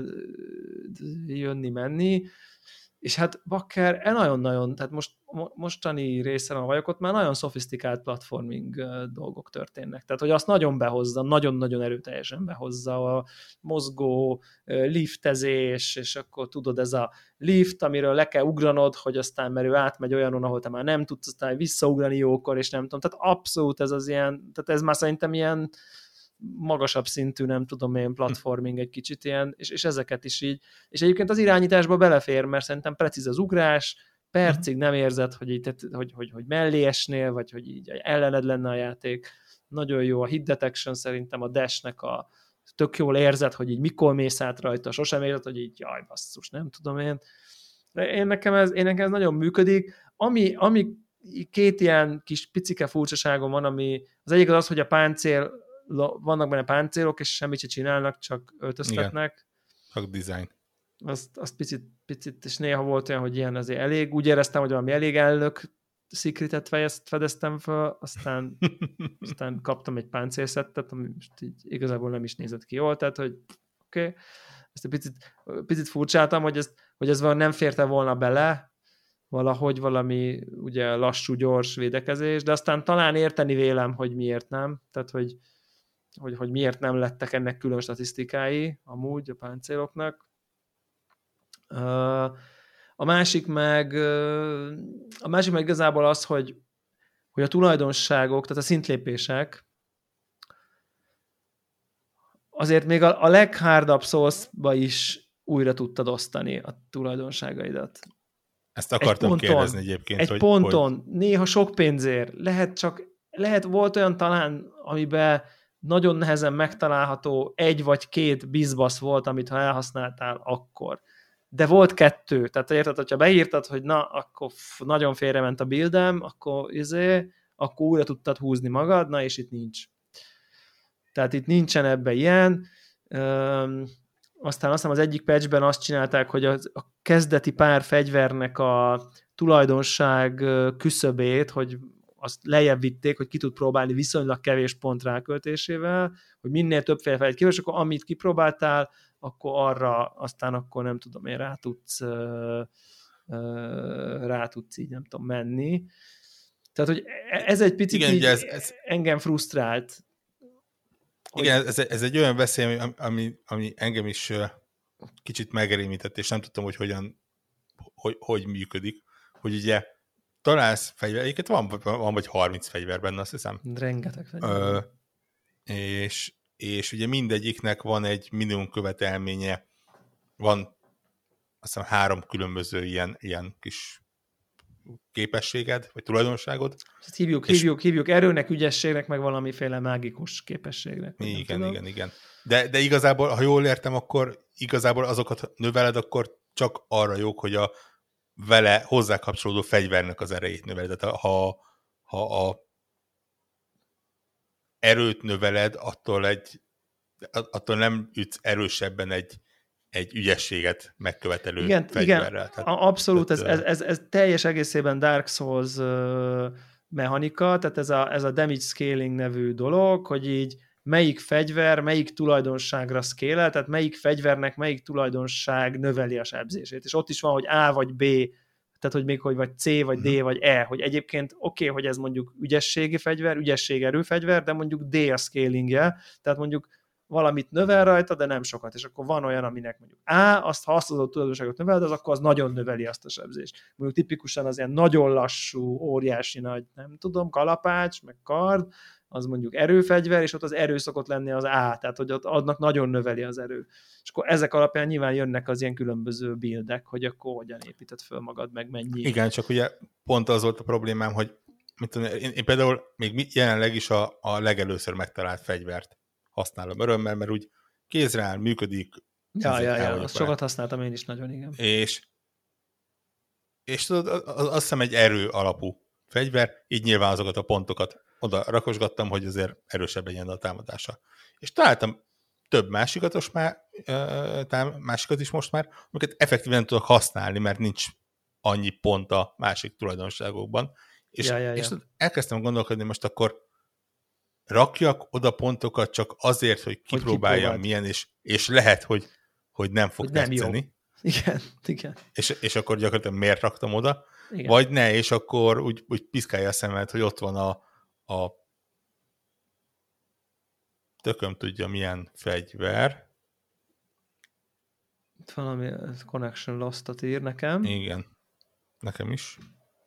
jönni-menni, és hát bakker, nagyon-nagyon, tehát mostani részen vagyok, ott már nagyon szofisztikált platforming dolgok történnek. Tehát, hogy azt nagyon behozza, nagyon-nagyon erőteljesen behozza a mozgó liftezés, és akkor tudod, ez a lift, amiről le kell ugranod, hogy aztán, mert ő átmegy olyanon, ahol te már nem tudsz aztán visszaugrani jókor, és nem tudom. Tehát abszolút ez az ilyen, tehát ez már szerintem ilyen magasabb szintű, nem tudom én, platforming egy kicsit ilyen, és ezeket is így. És egyébként az irányításba belefér, mert szerintem precíz az ugrás, percig nem érzed, hogy mellé esnél, vagy hogy így ellened lenne a játék. Nagyon jó a hit detection, szerintem a dash-nek tök jól érzed, hogy így mikor mész át rajta, sosem érzed, hogy így jaj, basszus, nem tudom én. Én nekem ez nagyon működik. Ami 2 ilyen kis picike furcsaságom van, ami az egyik az, hogy a páncél vannak benne páncélok, és semmit se csinálnak, csak öltöztetnek. Csak design. Azt picit, és néha volt olyan, hogy ilyen azért elég. Úgy éreztem, hogy valami elég elnök secretet fedeztem fel, aztán kaptam egy páncélszettet, ami most így igazából nem is nézett ki jól, tehát, hogy oké. Ezt egy picit furcsáltam, hogy ez nem férte volna bele, valahogy valami ugye lassú, gyors védekezés, de aztán talán érteni vélem, hogy miért nem. Tehát, hogy miért nem lettek ennek külön statisztikái amúgy a páncéloknak. A másik meg igazából az, hogy hogy a tulajdonságok, tehát a szintlépések azért még a leghardabb source-ba is újra tudtad osztani a tulajdonságaidat. Ezt akartam kérdezni egyébként. Egy ponton, néha sok pénzért, volt olyan talán, amiben nagyon nehezen megtalálható 1 vagy 2 bizbasz volt, amit ha elhasználtál, akkor. De volt 2, tehát érted, hogyha beírtad, hogy na, akkor nagyon félrement a buildem, akkor újra tudtad húzni magad, na és itt nincs. Tehát itt nincsen ebbe ilyen. Aztán azt hiszem az egyik patchben azt csinálták, hogy a kezdeti pár fegyvernek a tulajdonság küszöbét, hogy azt lejjebb vitték, hogy ki tud próbálni viszonylag kevés pont ráköltésével, hogy minél többféle fegyvert kívül, és akkor amit kipróbáltál, akkor arra aztán akkor nem tudom én rá tudsz így nem tudom menni. Tehát, hogy ez egy picit igen, így engem frusztrált. Igen, ez egy olyan veszély, ami engem is kicsit megrémített, és nem tudtam, hogy működik, hogy ugye találsz fegyvereket, van vagy 30 fegyver benne, azt hiszem. Rengeteg fegyver. És ugye mindegyiknek van egy minimum követelménye, van azt hiszem 3 különböző ilyen kis képességed, vagy tulajdonságod. Ezt hívjuk erőnek, ügyességnek, meg valamiféle mágikus képességnek. Igen. De igazából, ha jól értem, akkor igazából azokat növeled, akkor csak arra jók, hogy a vele hozzá kapcsolódó fegyvernek az erejét növeled. Tehát ha a erőt növeled, attól nem ütsz erősebben egy ügyességet megkövetelő fegyverrel. Igen, abszolút, ez teljes egészében Dark Souls mechanika, tehát ez a damage scaling nevű dolog, hogy így melyik fegyver, melyik tulajdonságra scale, tehát melyik fegyvernek melyik tulajdonság növeli a sebzését. És ott is van, hogy A vagy B, tehát hogy még hogy vagy C, vagy D, vagy E, hogy egyébként oké, hogy ez mondjuk ügyességi fegyver, ügyesség erőfegyver, de mondjuk D a scalingje, tehát mondjuk valamit növel rajta, de nem sokat, és akkor van olyan, aminek mondjuk A, ha azt az tulajdonságot növeled, akkor az nagyon növeli azt a sebzést. Mondjuk tipikusan az ilyen nagyon lassú, óriási nagy, nem tudom, kalapács, meg kard, az mondjuk erőfegyver, és ott az erő szokott lenni az A, tehát hogy ott adnak nagyon növeli az erő. És akkor ezek alapján nyilván jönnek az ilyen különböző buildek, hogy akkor hogyan építed föl magad, meg mennyi. Igen, csak ugye pont az volt a problémám, hogy mit tudom, én például még jelenleg is a legelőször megtalált fegyvert használom örömmel, mert úgy kézre áll, működik. Azt sokat használtam én is nagyon, igen. És tudod, azt hiszem egy erő alapú fegyver, így nyilván azokat a pontokat oda rakosgattam, hogy azért erősebb legyen a támadása. És találtam több másikat is most már, amiket effektíven nem tudok használni, mert nincs annyi pont a másik tulajdonságokban. És elkezdtem gondolkodni, most akkor rakjak oda pontokat csak azért, hogy kipróbáljam milyen, és lehet, hogy nem fog tetszeni. Igen. És akkor gyakorlatilag miért raktam oda? Igen. Vagy ne, és akkor úgy piszkálja a szemed, hogy ott van a tököm tudja milyen fegyver. Itt valami connection lost-ot ír nekem. Igen, nekem is.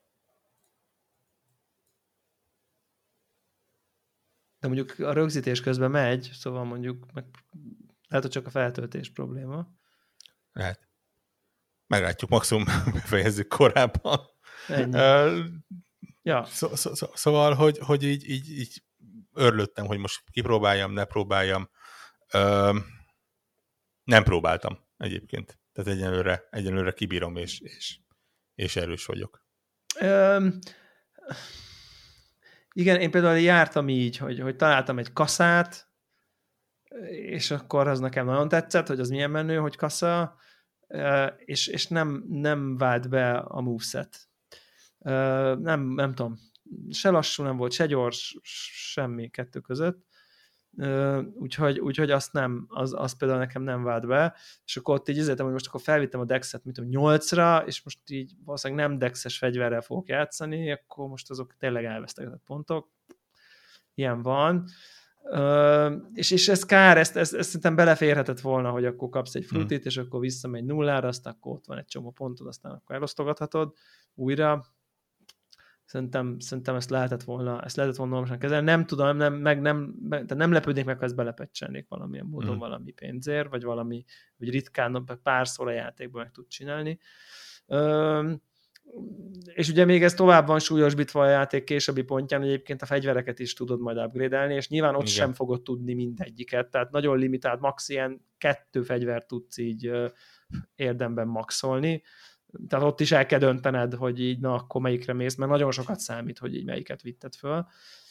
De mondjuk a rögzítés közben megy, szóval mondjuk lehet, hogy csak a feltöltés probléma. Lehet. Meglátjuk, maximum befejezzük korábban. Szóval, hogy így örülöttem, hogy most kipróbáljam, ne próbáljam. Nem próbáltam egyébként. Tehát egyenlőre kibírom, és erős vagyok. Igen, én például jártam így, hogy találtam egy kaszát, és akkor az nekem nagyon tetszett, hogy az milyen menő, hogy kasza, és nem vált be a moveset. Nem tudom, se lassú nem volt, se gyors, semmi kettő között. Úgyhogy az például nekem nem vált be, és akkor ott így izéltem, hogy most akkor felvittem a Dexet, 8-ra, és most így valószínűleg nem Dexes fegyverrel fogok játszani, akkor most azok tényleg elvesztegetett pontok. Ilyen van. És ez kár, ezt szerintem beleférhetett volna, hogy akkor kapsz egy frutit, és akkor visszamegy 0-ra, aztán akkor ott van egy csomó pontod, aztán akkor elosztogathatod újra. Szerintem ezt lehetett volna normálisan kezelni. Nem tudom, nem lepődnék meg, ha ezt belepecselnék valamilyen módon, valami pénzért, vagy valami, hogy ritkán párszor a játékban meg tud csinálni. És ugye még ez tovább van súlyosbítva a játék későbbi pontján, hogy egyébként a fegyvereket is tudod majd upgrade-elni, és nyilván ott sem fogod tudni mindegyiket, tehát nagyon limitált, max ilyen 2 fegyvert tudsz így érdemben maxolni, tehát ott is el kell döntened, hogy így na, akkor melyikre mész, mert nagyon sokat számít, hogy így melyiket vitted föl.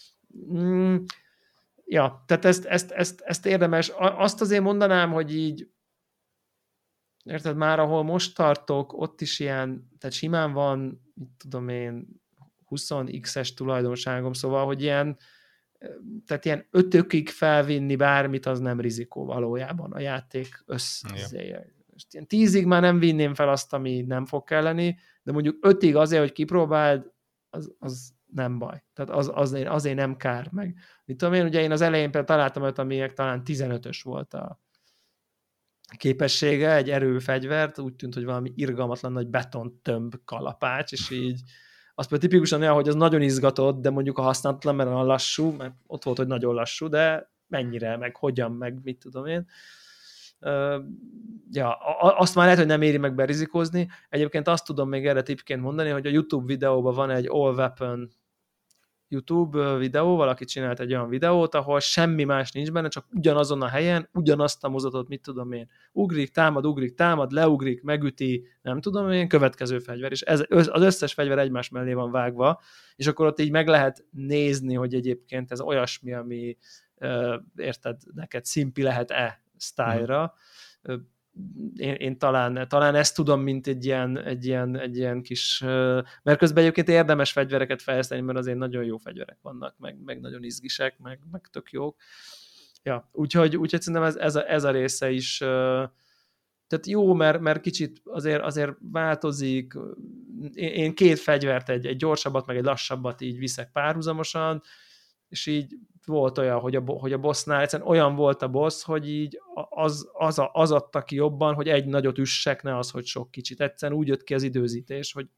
Ja, tehát ezt érdemes. Azt azért mondanám, hogy így érted, már ahol most tartok, ott is ilyen, tehát simán van, mit tudom én, 20x-es tulajdonságom, szóval, hogy ilyen, tehát ilyen 5-ig felvinni bármit, az nem rizikó valójában a játék összezéje. Ilyen 10-ig már nem vinném fel azt, ami nem fog kelleni, de mondjuk 5-ig azért, hogy kipróbáld, az nem baj. Tehát azért nem kár meg. Mit tudom én, ugye én az elején például találtam olyat, aminek talán 15-ös volt a képessége, egy erőfegyvert, úgy tűnt, hogy valami irgalmatlan nagy betontömb kalapács, és így az például tipikusan olyan, hogy az nagyon izgatott, de mondjuk a használatlan, mert olyan lassú, mert ott volt, hogy nagyon lassú, de mennyire, meg hogyan, meg mit tudom én. Ja, azt már lehet, hogy nem éri meg berizikózni. Egyébként azt tudom még erre tippként mondani, hogy a YouTube videóban van egy All Weapon YouTube videó, valaki csinált egy olyan videót, ahol semmi más nincs benne, csak ugyanazon a helyen, ugyanazt a mozatot, mit tudom én, ugrik, támad, leugrik, megüti, nem tudom én, következő fegyver, és az összes fegyver egymás mellé van vágva, és akkor ott így meg lehet nézni, hogy egyébként ez olyasmi, ami érted, neked szimpi lehet-e sztájlra. Én talán ezt tudom, mint egy ilyen kis... Mert közben egyébként érdemes fegyvereket fejleszteni, mert azért nagyon jó fegyverek vannak, meg nagyon izgisek, meg tök jók. Ja, úgyhogy szerintem ez a része is... Tehát jó, mert kicsit azért változik. Én 2 fegyvert, egy gyorsabbat, meg egy lassabbat így viszek párhuzamosan, és így volt olyan, hogy a bossnál egyszerűen olyan volt a boss, hogy így az adta ki jobban, hogy egy nagyot üssek, ne az, hogy sok kicsit. Egyszerűen úgy jött ki az időzítés, hogy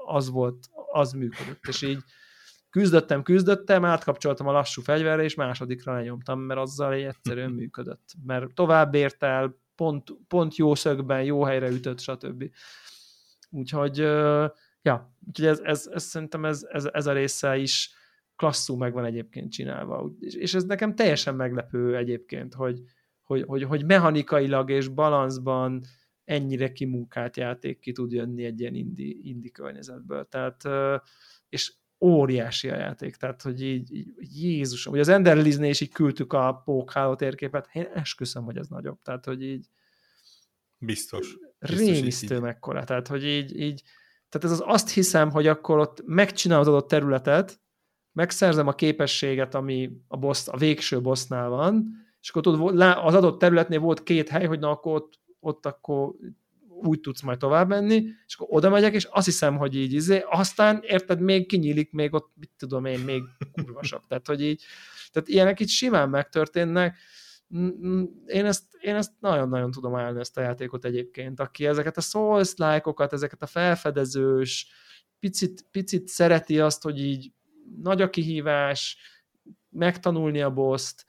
az működött, és így küzdöttem, átkapcsoltam a lassú fegyverre, és másodikra lenyomtam, mert azzal egyszerűen működött. Mert tovább ért el, pont jó szögben, jó helyre ütött, stb. Úgyhogy, ja, úgyhogy ez szerintem ez a része is klasszul meg van egyébként csinálva. És ez nekem teljesen meglepő egyébként, hogy mechanikailag és balanszban ennyire kimunkált játék ki tud jönni egy ilyen indie környezetből. Tehát, és óriási a játék, tehát, hogy így Jézusom, hogy az Ender Release-nél is így küldtük a pókháló térképet, én esküszöm, hogy ez nagyobb, tehát, hogy így biztos rémisztő mekkora, tehát, hogy így tehát ez azt hiszem, hogy akkor ott megcsinálod az adott területet, megszerzem a képességet, ami a végső bossnál van, és akkor tudod, az adott területnél volt 2 hely, hogy na akkor ott akkor úgy tudsz majd tovább menni, és akkor oda megyek, és azt hiszem, hogy így aztán érted, még kinyílik, még ott, mit tudom én, még kurvasabb. Tehát, hogy így, tehát ilyenek itt simán megtörténnek. Én ezt nagyon-nagyon tudom állni, ezt a játékot egyébként, aki ezeket a Souls-like-okat, ezeket a felfedezős, picit szereti azt, hogy így nagy a kihívás, megtanulni a boss-t,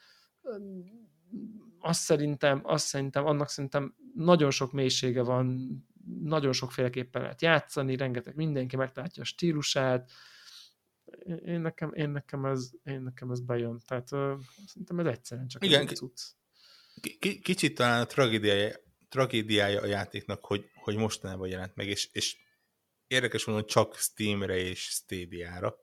azt szerintem annak szerintem nagyon sok mélysége van, nagyon sokféleképpen lehet játszani, rengeteg mindenki megtalálja a stílusát, én nekem ez bejön, tehát szerintem ez egyszerűen csak igen, egy cucc. Kicsit talán a tragédiája a játéknak, hogy mostanában jelent meg, és érdekes mondom, csak Steamre és Stadia-ra.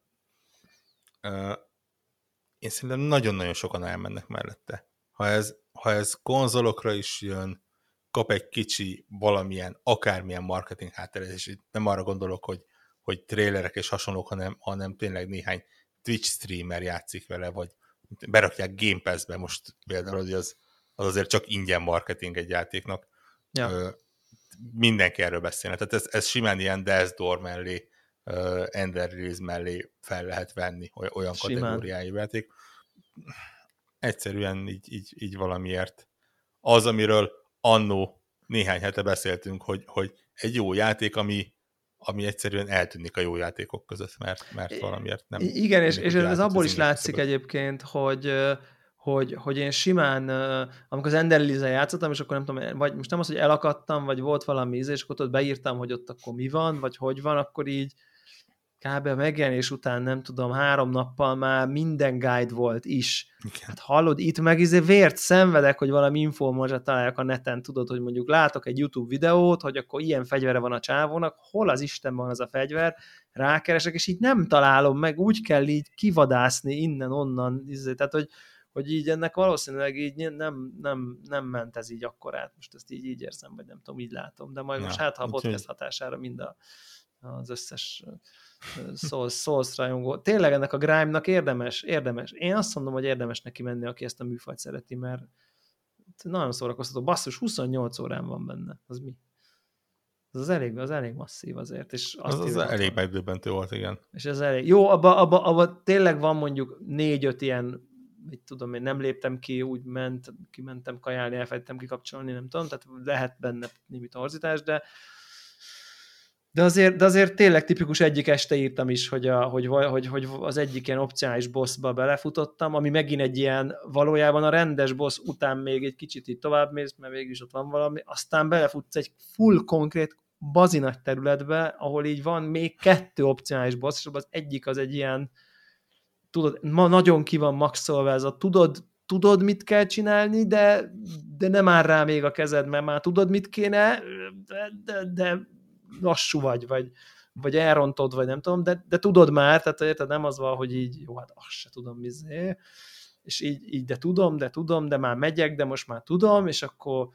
Én szerintem nagyon-nagyon sokan elmennek mellette. Ha ez konzolokra is jön, kap egy kicsi valamilyen, akármilyen marketing hátteret, és nem arra gondolok, hogy trailerek és hasonlók, hanem tényleg néhány Twitch streamer játszik vele, vagy berakják Game Pass-be most például, hogy az azért csak ingyen marketing egy játéknak. Ja. Mindenki erről beszélne. Tehát ez simán ilyen Death Door mellé, Ender Release mellé fel lehet venni olyan kategóriájú játék. Egyszerűen így valamiért. Amiről annó néhány hete beszéltünk, hogy egy jó játék, ami ami egyszerűen eltűnik a jó játékok között, mert valamiért nem. Igen, és ez abból is látszik egyébként, hogy én simán, amikor az Ender Elise-en játszottam, és akkor nem tudom, vagy most nem az, hogy elakadtam, vagy volt valami és akkor ott beírtam, hogy ott akkor mi van, vagy hogy van, akkor így kb. A megjelenés után nem tudom, 3 nappal már minden guide volt is. Igen. Hát hallod, itt meg vért szenvedek, hogy valami informózsat találjak a neten, tudod, hogy mondjuk látok egy YouTube videót, hogy akkor ilyen fegyvere van a csávónak, hol az Istenben van az a fegyver, rákeresek, és így nem találom meg, úgy kell így kivadászni innen-onnan, tehát, hogy így ennek valószínűleg így nem ment ez így akkorát. Most ezt így érzem, vagy nem tudom, így látom, de majd most hát, ha a podcast hatására mind az összes Souls rajongó. Tényleg ennek a grime-nak érdemes. Én azt mondom, hogy érdemes neki menni, aki ezt a műfajt szereti, mert nagyon szórakoztató. Basszus, 28 órán van benne. Az mi? Az elég masszív azért. És az elég megdöbbentő volt, igen. És ez elég. Jó, abba tényleg van mondjuk 4-5 ilyen, mit tudom én, nem léptem ki, úgy kimentem kajálni, elfelejtettem kikapcsolni, nem tudom, tehát lehet benne némi torzítás, de azért tényleg tipikus egyik este írtam is, hogy az egyik ilyen opcionális bossba belefutottam, ami megint egy ilyen, valójában a rendes boss után még egy kicsit így továbbmész, mert végülis ott van valami, aztán belefutsz egy full konkrét bazinagy területbe, ahol így van még 2 opcionális boss, és az egyik az egy ilyen, tudod, ma nagyon ki van maxolva ez a tudod, mit kell csinálni, de nem áll rá még a kezed, mert már tudod, mit kéne, de lassú vagy elrontod, vagy nem tudom, de tudod már, tehát érted, nem az van, hogy így, jó, hát azt se tudom, és így de tudom, de már megyek, de most már tudom, és akkor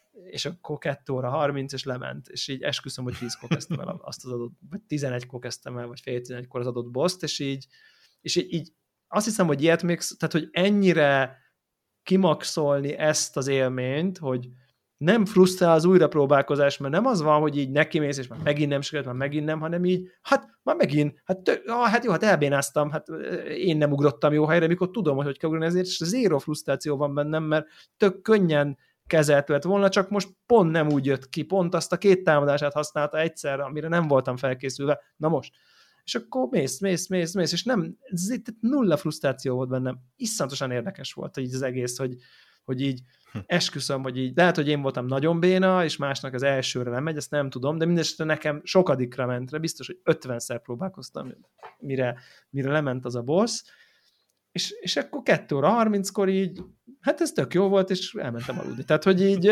2 óra 30, és lement, és így esküszöm, hogy 10-kor kezdtem el azt az adott, vagy 11-kor kezdtem el, vagy fél 11-kor az adott boszt, és így azt hiszem, hogy ilyet még, tehát, hogy ennyire kimaxolni ezt az élményt, hogy nem frusztrál az újrapróbálkozás, mert nem az van, hogy így nekimész, és már megint nem sikerült, már megint nem, hanem így, már megint, jó, elbénáztam, én nem ugrottam jó helyre, mikor tudom, hogy kell ugrani, ezért, és zéro frusztráció van bennem, mert tök könnyen kezelt lett volna, csak most pont nem úgy jött ki, pont azt a 2 támadását használta egyszerre, amire nem voltam felkészülve, na most. És akkor mész, és nem, nulla frusztráció volt bennem. Iszonyatosan érdekes volt így az egész, hogy így esküszöm, hogy így, lehet, hogy én voltam nagyon béna, és másnak az elsőre nem megy, ezt nem tudom, de mindesetre nekem sokadikra mentre, biztos, hogy 50-szer próbálkoztam, mire lement az a boss, és akkor 2 óra 30-kor így, hát ez tök jó volt, és elmentem aludni. Tehát, hogy így,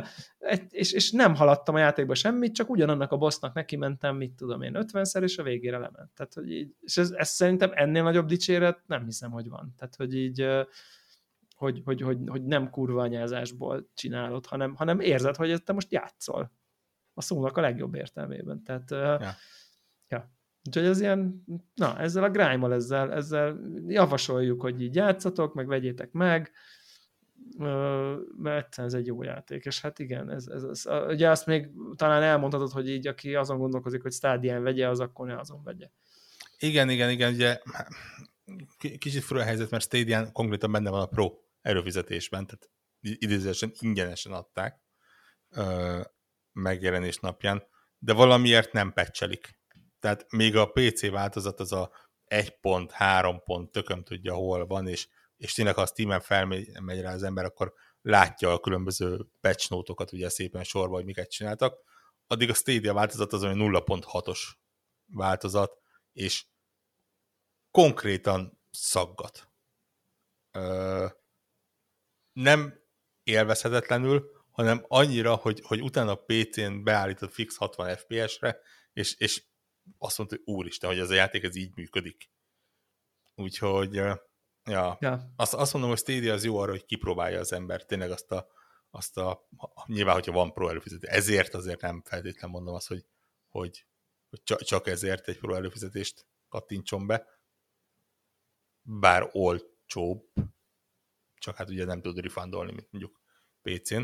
és nem haladtam a játékba semmit, csak ugyanannak a bossnak neki mentem, mit tudom én, 50-szer, és a végére lement. Tehát, hogy így, és ez szerintem ennél nagyobb dicséret nem hiszem, hogy van. Tehát, hogy így, hogy nem kurva anyázásból csinálod, hanem érzed, hogy te most játszol. A szónak a legjobb értelmében. Tehát, ja. Úgyhogy ez ilyen, na, ezzel a grime-mal, ezzel javasoljuk, hogy így játszatok, meg vegyétek meg, mert ez egy jó játék, és hát igen, ez ugye azt még talán elmondhatod, hogy így, aki azon gondolkozik, hogy Stadián vegye, az akkor ne azon vegye. Igen, ugye kicsit fura a helyzet, mert Stadián konkrétan benne van a Pro előfizetésben, tehát idézősen ingyenesen adták megjelenés napján, de valamiért nem patchelik. Tehát még a PC változat az a 1 pont, 3 pont, tököm tudja, hol van, és tényleg, ha a Steam-en felmegy rá az ember, akkor látja a különböző patch note-okat ugye szépen sorba, hogy miket csináltak. Addig a Stadia változat az, ami 0.6-os változat, és konkrétan szaggat. Nem élvezhetetlenül, hanem annyira, hogy utána a PC-n beállított fix 60 FPS-re, és azt mondta, hogy úristen, hogy ez a játék ez így működik. Úgyhogy azt mondom, hogy Stadia az jó arra, hogy kipróbálja az ember tényleg azt a nyilván, hogyha van pro előfizetés. Ezért azért nem feltétlen mondom azt, hogy csak ezért egy pro előfizetést kattintson be. Bár olcsóbb, csak hát ugye nem tud refundolni, mint mondjuk PC-n.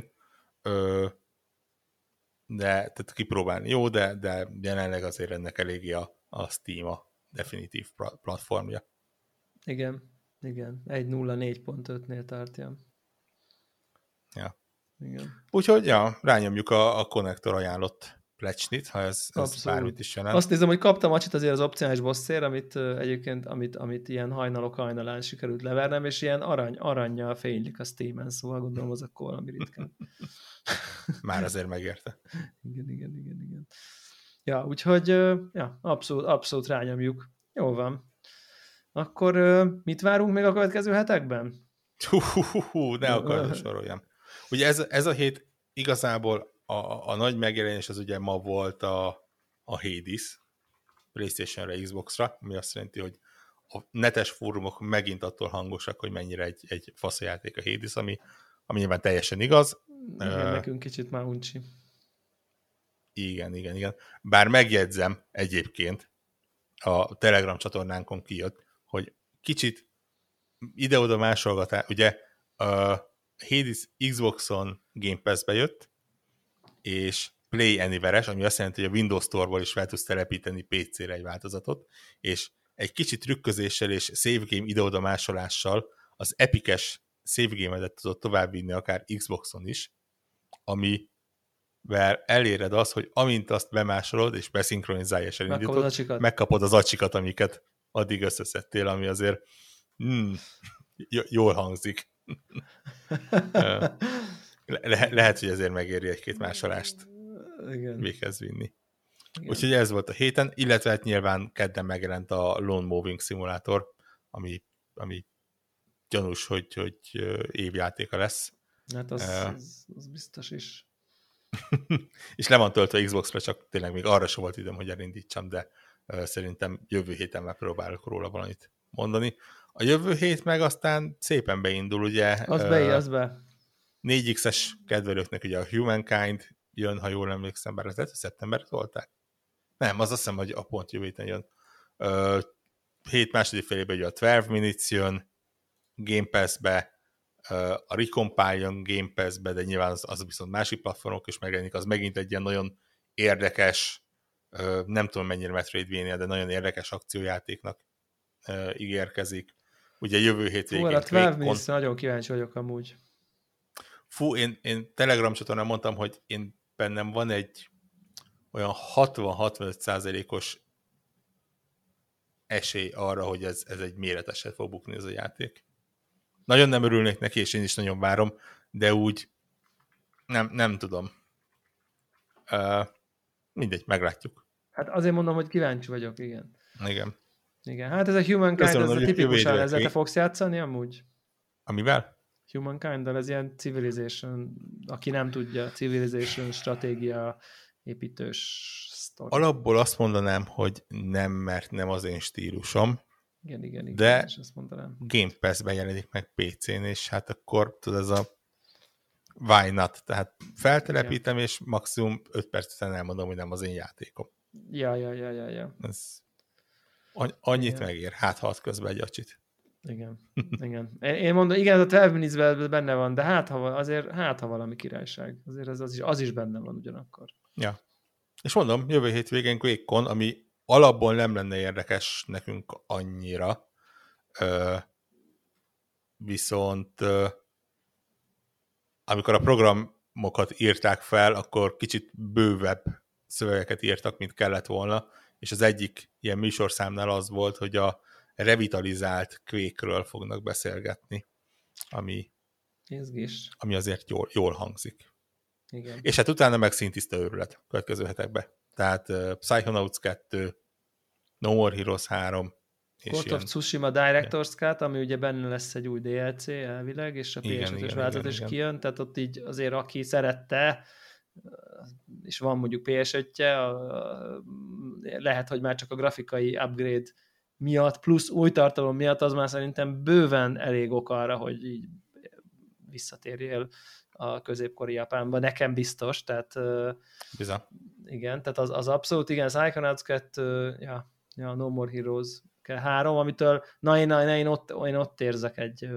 De tehát kipróbálni jó, de jelenleg azért ennek eléggé a Steam a definitív platformja. Igen. 1.04.5-nél tartja. Ja. Igen. Úgyhogy, rányomjuk a konnektor ajánlott plecsnit, ha ez bármit is jelent. Azt nézem, hogy kaptam acsit azért az opcionális bosszért, amit egyébként, amit ilyen hajnalán sikerült levernem, és ilyen arannyal fénylik a Steam-en, szóval gondolom az akkor valami ritkán. Már azért megérte. Igen. Ja, úgyhogy ja, abszolút rányomjuk. Jó van. Akkor mit várunk még a következő hetekben? Ne akarod soroljam. Ugye ez a hét igazából a nagy megjelenés az ugye ma volt a Hades PlayStation-re, Xbox-ra, ami azt jelenti, hogy a netes fórumok megint attól hangosak, hogy mennyire egy faszajáték a Hades, ami nyilván teljesen igaz. Igen, nekünk kicsit már uncsi. Igen. Bár megjegyzem egyébként, a Telegram csatornánkon kijött, hogy kicsit ide-oda másolgatás, ugye Hades Xboxon Game Pass-be jött, és Play Anywhere-es, ami azt jelenti, hogy a Windows Store-ból is fel tudsz telepíteni PC-re egy változatot, és egy kicsit trükközéssel és save game ide-oda másolással az Epic-es save game-edet tudod továbbvinni akár Xboxon is, amivel eléred azt, hogy amint azt bemásolod és beszinkronizálja és elindítod, megkapod az acsikat, amiket addig összeszedtél, ami azért jól hangzik. Lehet, hogy ezért megéri egy-két másolást véghez vinni. Igen. Úgyhogy ez volt a héten, illetve hát nyilván kedden megjelent a Lone Moving Simulator, ami gyanús, hogy évjátéka lesz. Hát az biztos is. És le van töltve Xbox-ra, csak tényleg még arra sem volt időm, hogy elindítsam, de szerintem jövő héten megpróbálok róla valamit mondani. A jövő hét meg aztán szépen beindul, ugye. Az be. 4X-es kedvelőknek ugye a Humankind jön, ha jól emlékszem, bár ez lehet, hogy szeptemberre tolták. Nem, az azt hiszem, hogy a pont jövő héten jön. 7 második félében ugye a 12 Minutes jön Game Pass-be, a Recompile jön Game Pass-be, de nyilván az viszont másik platformok is megjelenik, az megint egy ilyen nagyon érdekes, nem tudom mennyire Metroidvania, de nagyon érdekes akciójátéknak ígérkezik. Ugye jövő hétvégén a 12 Minutes nagyon kíváncsi vagyok amúgy. Én Telegram csatornán mondtam, hogy én bennem van egy olyan 60-65%-os esély arra, hogy ez egy méreteset fog bukni ez a játék. Nagyon nem örülnék neki, és én is nagyon várom, de úgy nem tudom. Mindegy, meglátjuk. Hát azért mondom, hogy kíváncsi vagyok, igen. Igen, hát ez a Humankind, ez a tipikusan, ezzel te fogsz játszani amúgy? Amivel? Humankind-dal, ez ilyen Civilization, aki nem tudja, Civilization stratégia építős sztori. Alapból azt mondanám, hogy nem, mert nem az én stílusom. Igen, de azt mondanám. Game Pass-ben jelenik meg PC-n, és hát akkor tudod, ez a why not? Tehát feltelepítem, igen. És maximum 5 perc után elmondom, hogy nem az én játékom. Ja. Ez annyit igen. Megér, hát ha közben egy acsit. Igen. Én mondom, igen, a 12 Minutes-ben benne van, de hát ha valami királyság. Azért az is benne van ugyanakkor. Ja. És mondom, jövő hétvégén QuakeCon, ami alapból nem lenne érdekes nekünk annyira, viszont amikor a programokat írták fel, akkor kicsit bővebb szövegeket írtak, mint kellett volna, és az egyik ilyen műsorszámnál az volt, hogy a revitalizált Quake-ről fognak beszélgetni, ami azért jól hangzik. Igen. És hát utána meg szintiszta őrület következő hetekben. Tehát Psychonauts 2, No More Heroes 3, Ghost of Tsushima Director's Cut, ami ugye benne lesz egy új DLC elvileg, és a PS5-ös változat is kijön, tehát ott így azért aki szerette, és van mondjuk PS5-je, lehet, hogy már csak a grafikai upgrade miatt, plusz új tartalom miatt, az már szerintem bőven elég ok arra, hogy így visszatérjél a középkori Japánba. Nekem biztos, tehát bizony. Igen, tehát az abszolút, igen, Psychonauts 2, ja, No More Heroes 3, amitől én ott érzek egy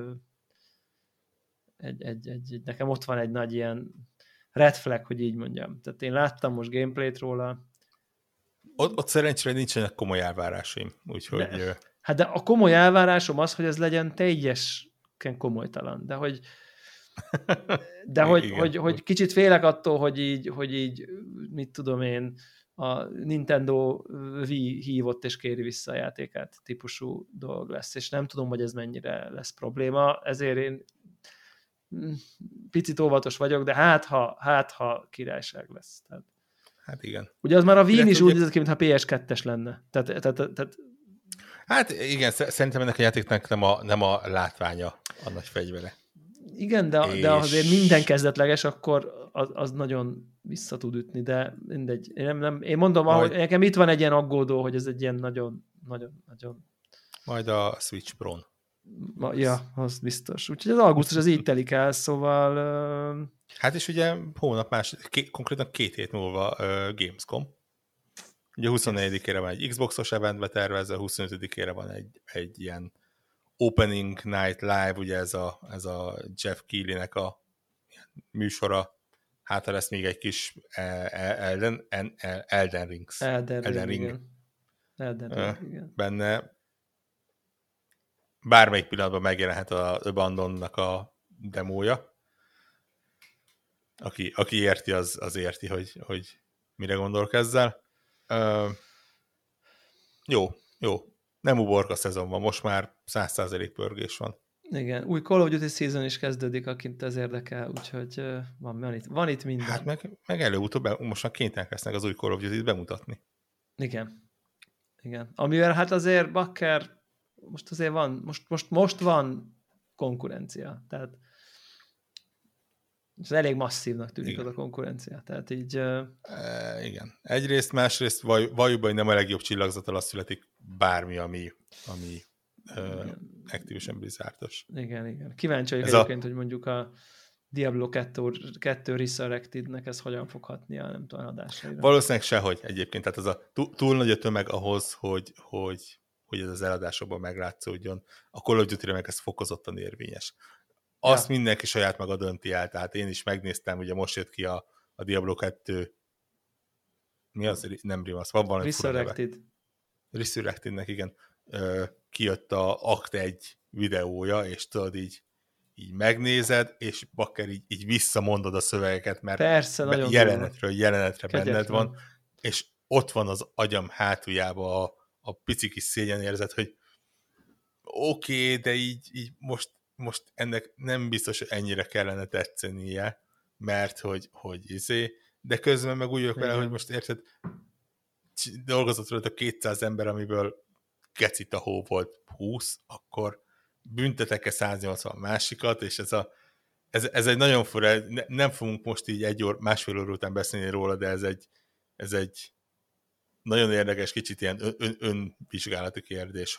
nekem ott van egy nagy ilyen red flag, hogy így mondjam. Tehát én láttam most gameplayt róla. Ott szerencsére nincsenek komoly elvárásaim, úgyhogy... Hát de a komoly elvárásom az, hogy ez legyen teljesen komolytalan, de hogy De hogy kicsit félek attól, hogy így mit tudom én, a Nintendo Wii hívott és kéri vissza a játékát típusú dolog lesz, és nem tudom, hogy ez mennyire lesz probléma, ezért én picit óvatos vagyok, de hát ha királyság lesz. Tehát, hát igen. ugye az már a Wii is úgy nézett ki, mintha PS2-es lenne. Tehát hát igen, szerintem ennek a játéknak nem a látványa a nagy fegyvere. Igen, de azért minden kezdetleges, akkor az nagyon vissza tud ütni, de mindegy. Én mondom, ahogy nekem itt van egy ilyen aggódó, hogy ez egy ilyen nagyon. Majd a Switch Pro-n. Ja, az biztos. Úgyhogy az augusztus az így telik el, szóval... Hát és ugye hónap konkrétan 2 hét múlva Gamescom. Ugye 24-ére van egy Xboxos eventbe tervezve, 25-ére van egy ilyen Opening Night Live, ugye ez a Jeff Keighley-nek a műsora, hát lesz még egy kis Elden Ring. Igen. Benne bármelyik pillanatban megjelenhet az Abandonnak a demója. Aki érti, az érti, hogy mire gondolok ezzel. Jó. Nem uborka szezon van, most már 100% pörgés van. Igen, új Call of Duty season is kezdődik, akint ez érdekel, úgyhogy van itt minden. Hát meg előutóbb most már kénytelenek lesznek az új Call of Duty-t bemutatni. Igen. Amivel hát azért bakker, most azért van, most van konkurencia, tehát ez elég masszívnak tűnik. Igen. Az a konkurencia, tehát így... igen. Egyrészt, másrészt valójában nem a legjobb csillagzatal az születik bármi, ami Activision Blizzardos. Igen. Kíváncsi vagyok egyébként, hogy mondjuk a Diablo 2 Resurrected-nek ez hogyan fog hatnia, nem tudom, adásaira. Valószínűleg sehogy egyébként, tehát az a túl nagy a tömeg ahhoz, hogy ez az eladásokban meglátszódjon. A Call of Duty-re meg ez fokozottan érvényes. Azt mindenki saját maga dönti el, tehát én is megnéztem, ugye most jött ki a Diablo 2, mi az? Nem Remaster, van valami Resurrected. Resurrectednek, igen. Kijött a Act 1 videója, és tudod így megnézed, és bakker így visszamondod a szövegeket, mert persze, jelenetre benned van, és ott van az agyam hátuljába a pici kis szégyenérzet, hogy oké, de így most ennek nem biztos, hogy ennyire kellene tetszenie, mert hogy de közben meg úgy vagyok vele, hogy most érted, dolgozott rá a 200 ember, amiből gecitahó volt 20, akkor büntetek-e 180 másikat, és ez egy nagyon fura, nem fogunk most így másfél óra után beszélni róla, de ez egy nagyon érdekes, kicsit ilyen önvizsgálati kérdés,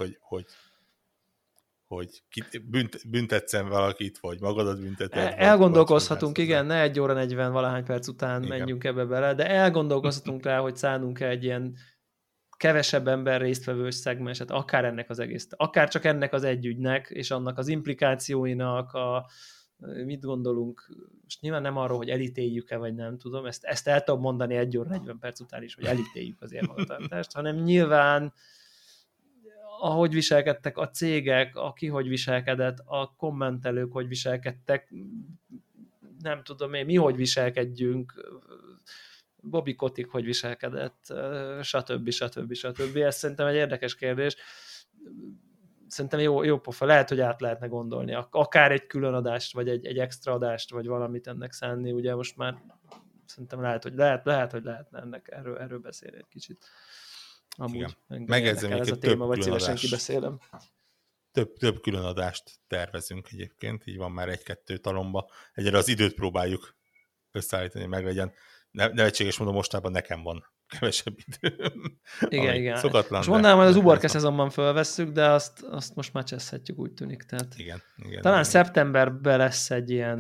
hogy büntetszem valakit, vagy magadat bünteted. Elgondolkozhatunk, igen, ne 1 óra 40 valahány perc után menjünk ebbe bele, de elgondolkozhatunk rá, hogy szánunk-e egy ilyen kevesebb ember résztvevős szegmenset, akár ennek az egész, akár csak ennek az egy ügynek, és annak az implikációinak, mit gondolunk, most nyilván nem arról, hogy elítéljük-e, vagy nem tudom, ezt el tudom mondani 1 óra 40 perc után is, hogy elítéljük az érmagatartást, hanem nyilván ahogy viselkedtek a cégek, aki hogy viselkedett, a kommentelők hogy viselkedtek, nem tudom én, mi hogy viselkedjünk, Bobby Kotick hogy viselkedett, stb. Ez szerintem egy érdekes kérdés. Szerintem jó pofa, lehet, hogy át lehetne gondolni. Akár egy külön adást, vagy egy extra adást, vagy valamit ennek szánni. Ugye most már szerintem lehet, hogy lehetne ennek erről beszélni egy kicsit. Amúgy megjegyzem, ez a téma, vagy szívesen kibeszélem. Több külön adást tervezünk egyébként, így van már 1-2 talomba. Egyre az időt próbáljuk összeállítani, meg legyen. Nevetséges mondom, mostában nekem van kevesebb idő. Igen. Most mondanám, hogy az uborka szezonban fölvesszük, de azt most már cseszhetjük, úgy tűnik. Tehát igen, talán szeptemberben lesz egy ilyen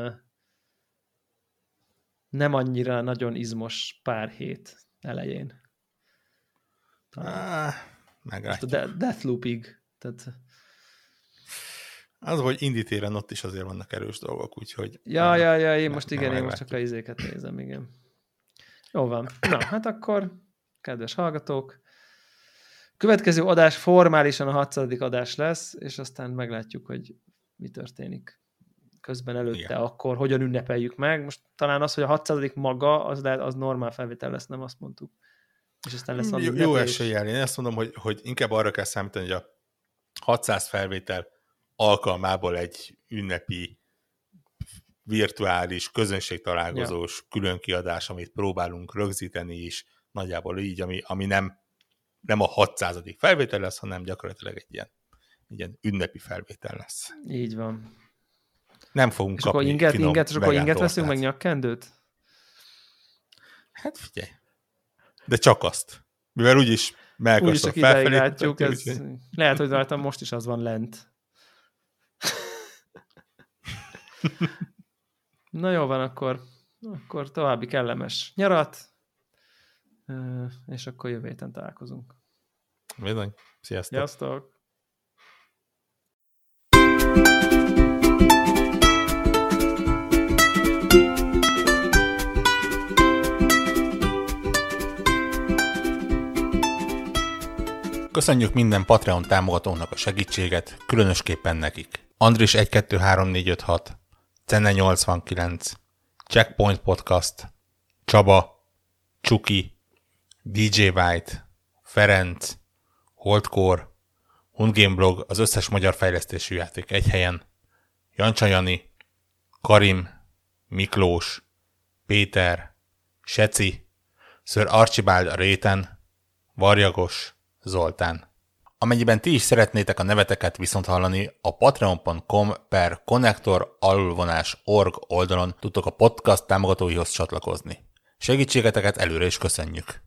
nem annyira nagyon izmos pár hét elején. Meglátjuk. A Deathloopig. Tehát... Az, hogy Indie téren ott is azért vannak erős dolgok, úgyhogy... Ja, én most csak a izéket nézem, igen. Jó van. Na, hát akkor, kedves hallgatók, következő adás formálisan a 6. adás lesz, és aztán meglátjuk, hogy mi történik közben előtte, igen. akkor hogyan ünnepeljük meg. Most talán az, hogy a 600. maga, az normál felvétel lesz, nem azt mondtuk. És aztán lesz valami Jó eséllyel. Én azt mondom, hogy inkább arra kell számítani, hogy a 600 felvétel alkalmából egy ünnepi, virtuális, közönségtalálkozós különkiadás, amit próbálunk rögzíteni is, nagyjából így, ami nem a 600. felvétel lesz, hanem gyakorlatilag egy ilyen ünnepi felvétel lesz. Így van. Nem fogunk és kapni akkor inget veszünk, meg nyakkendőt? Hát figyelj. De csak azt. Mivel úgyis melkasson felfelé. Úgyis csak ideig látjuk. Lehet, hogy rajtam most is az van lent. Na jó van, akkor további kellemes nyarat, és akkor jövő héten találkozunk. Bizony. Sziasztok. Sziasztok. Köszönjük minden Patreon támogatónak a segítséget, különösképpen nekik. Andris 123456, Cenne 89, Checkpoint Podcast, Csaba, Csuki, DJ White, Ferenc, Holdcore, Hundgame Blog, az összes magyar fejlesztésű játék egy helyen, Jancsa Jani, Karim, Miklós, Péter, Seci, Sir Archibald a réten, Varjagos, Zoltán. Amennyiben ti is szeretnétek a neveteket viszont hallani, a patreon.com/connector_org oldalon tudtok a podcast támogatóihoz csatlakozni. Segítségeteket előre is köszönjük!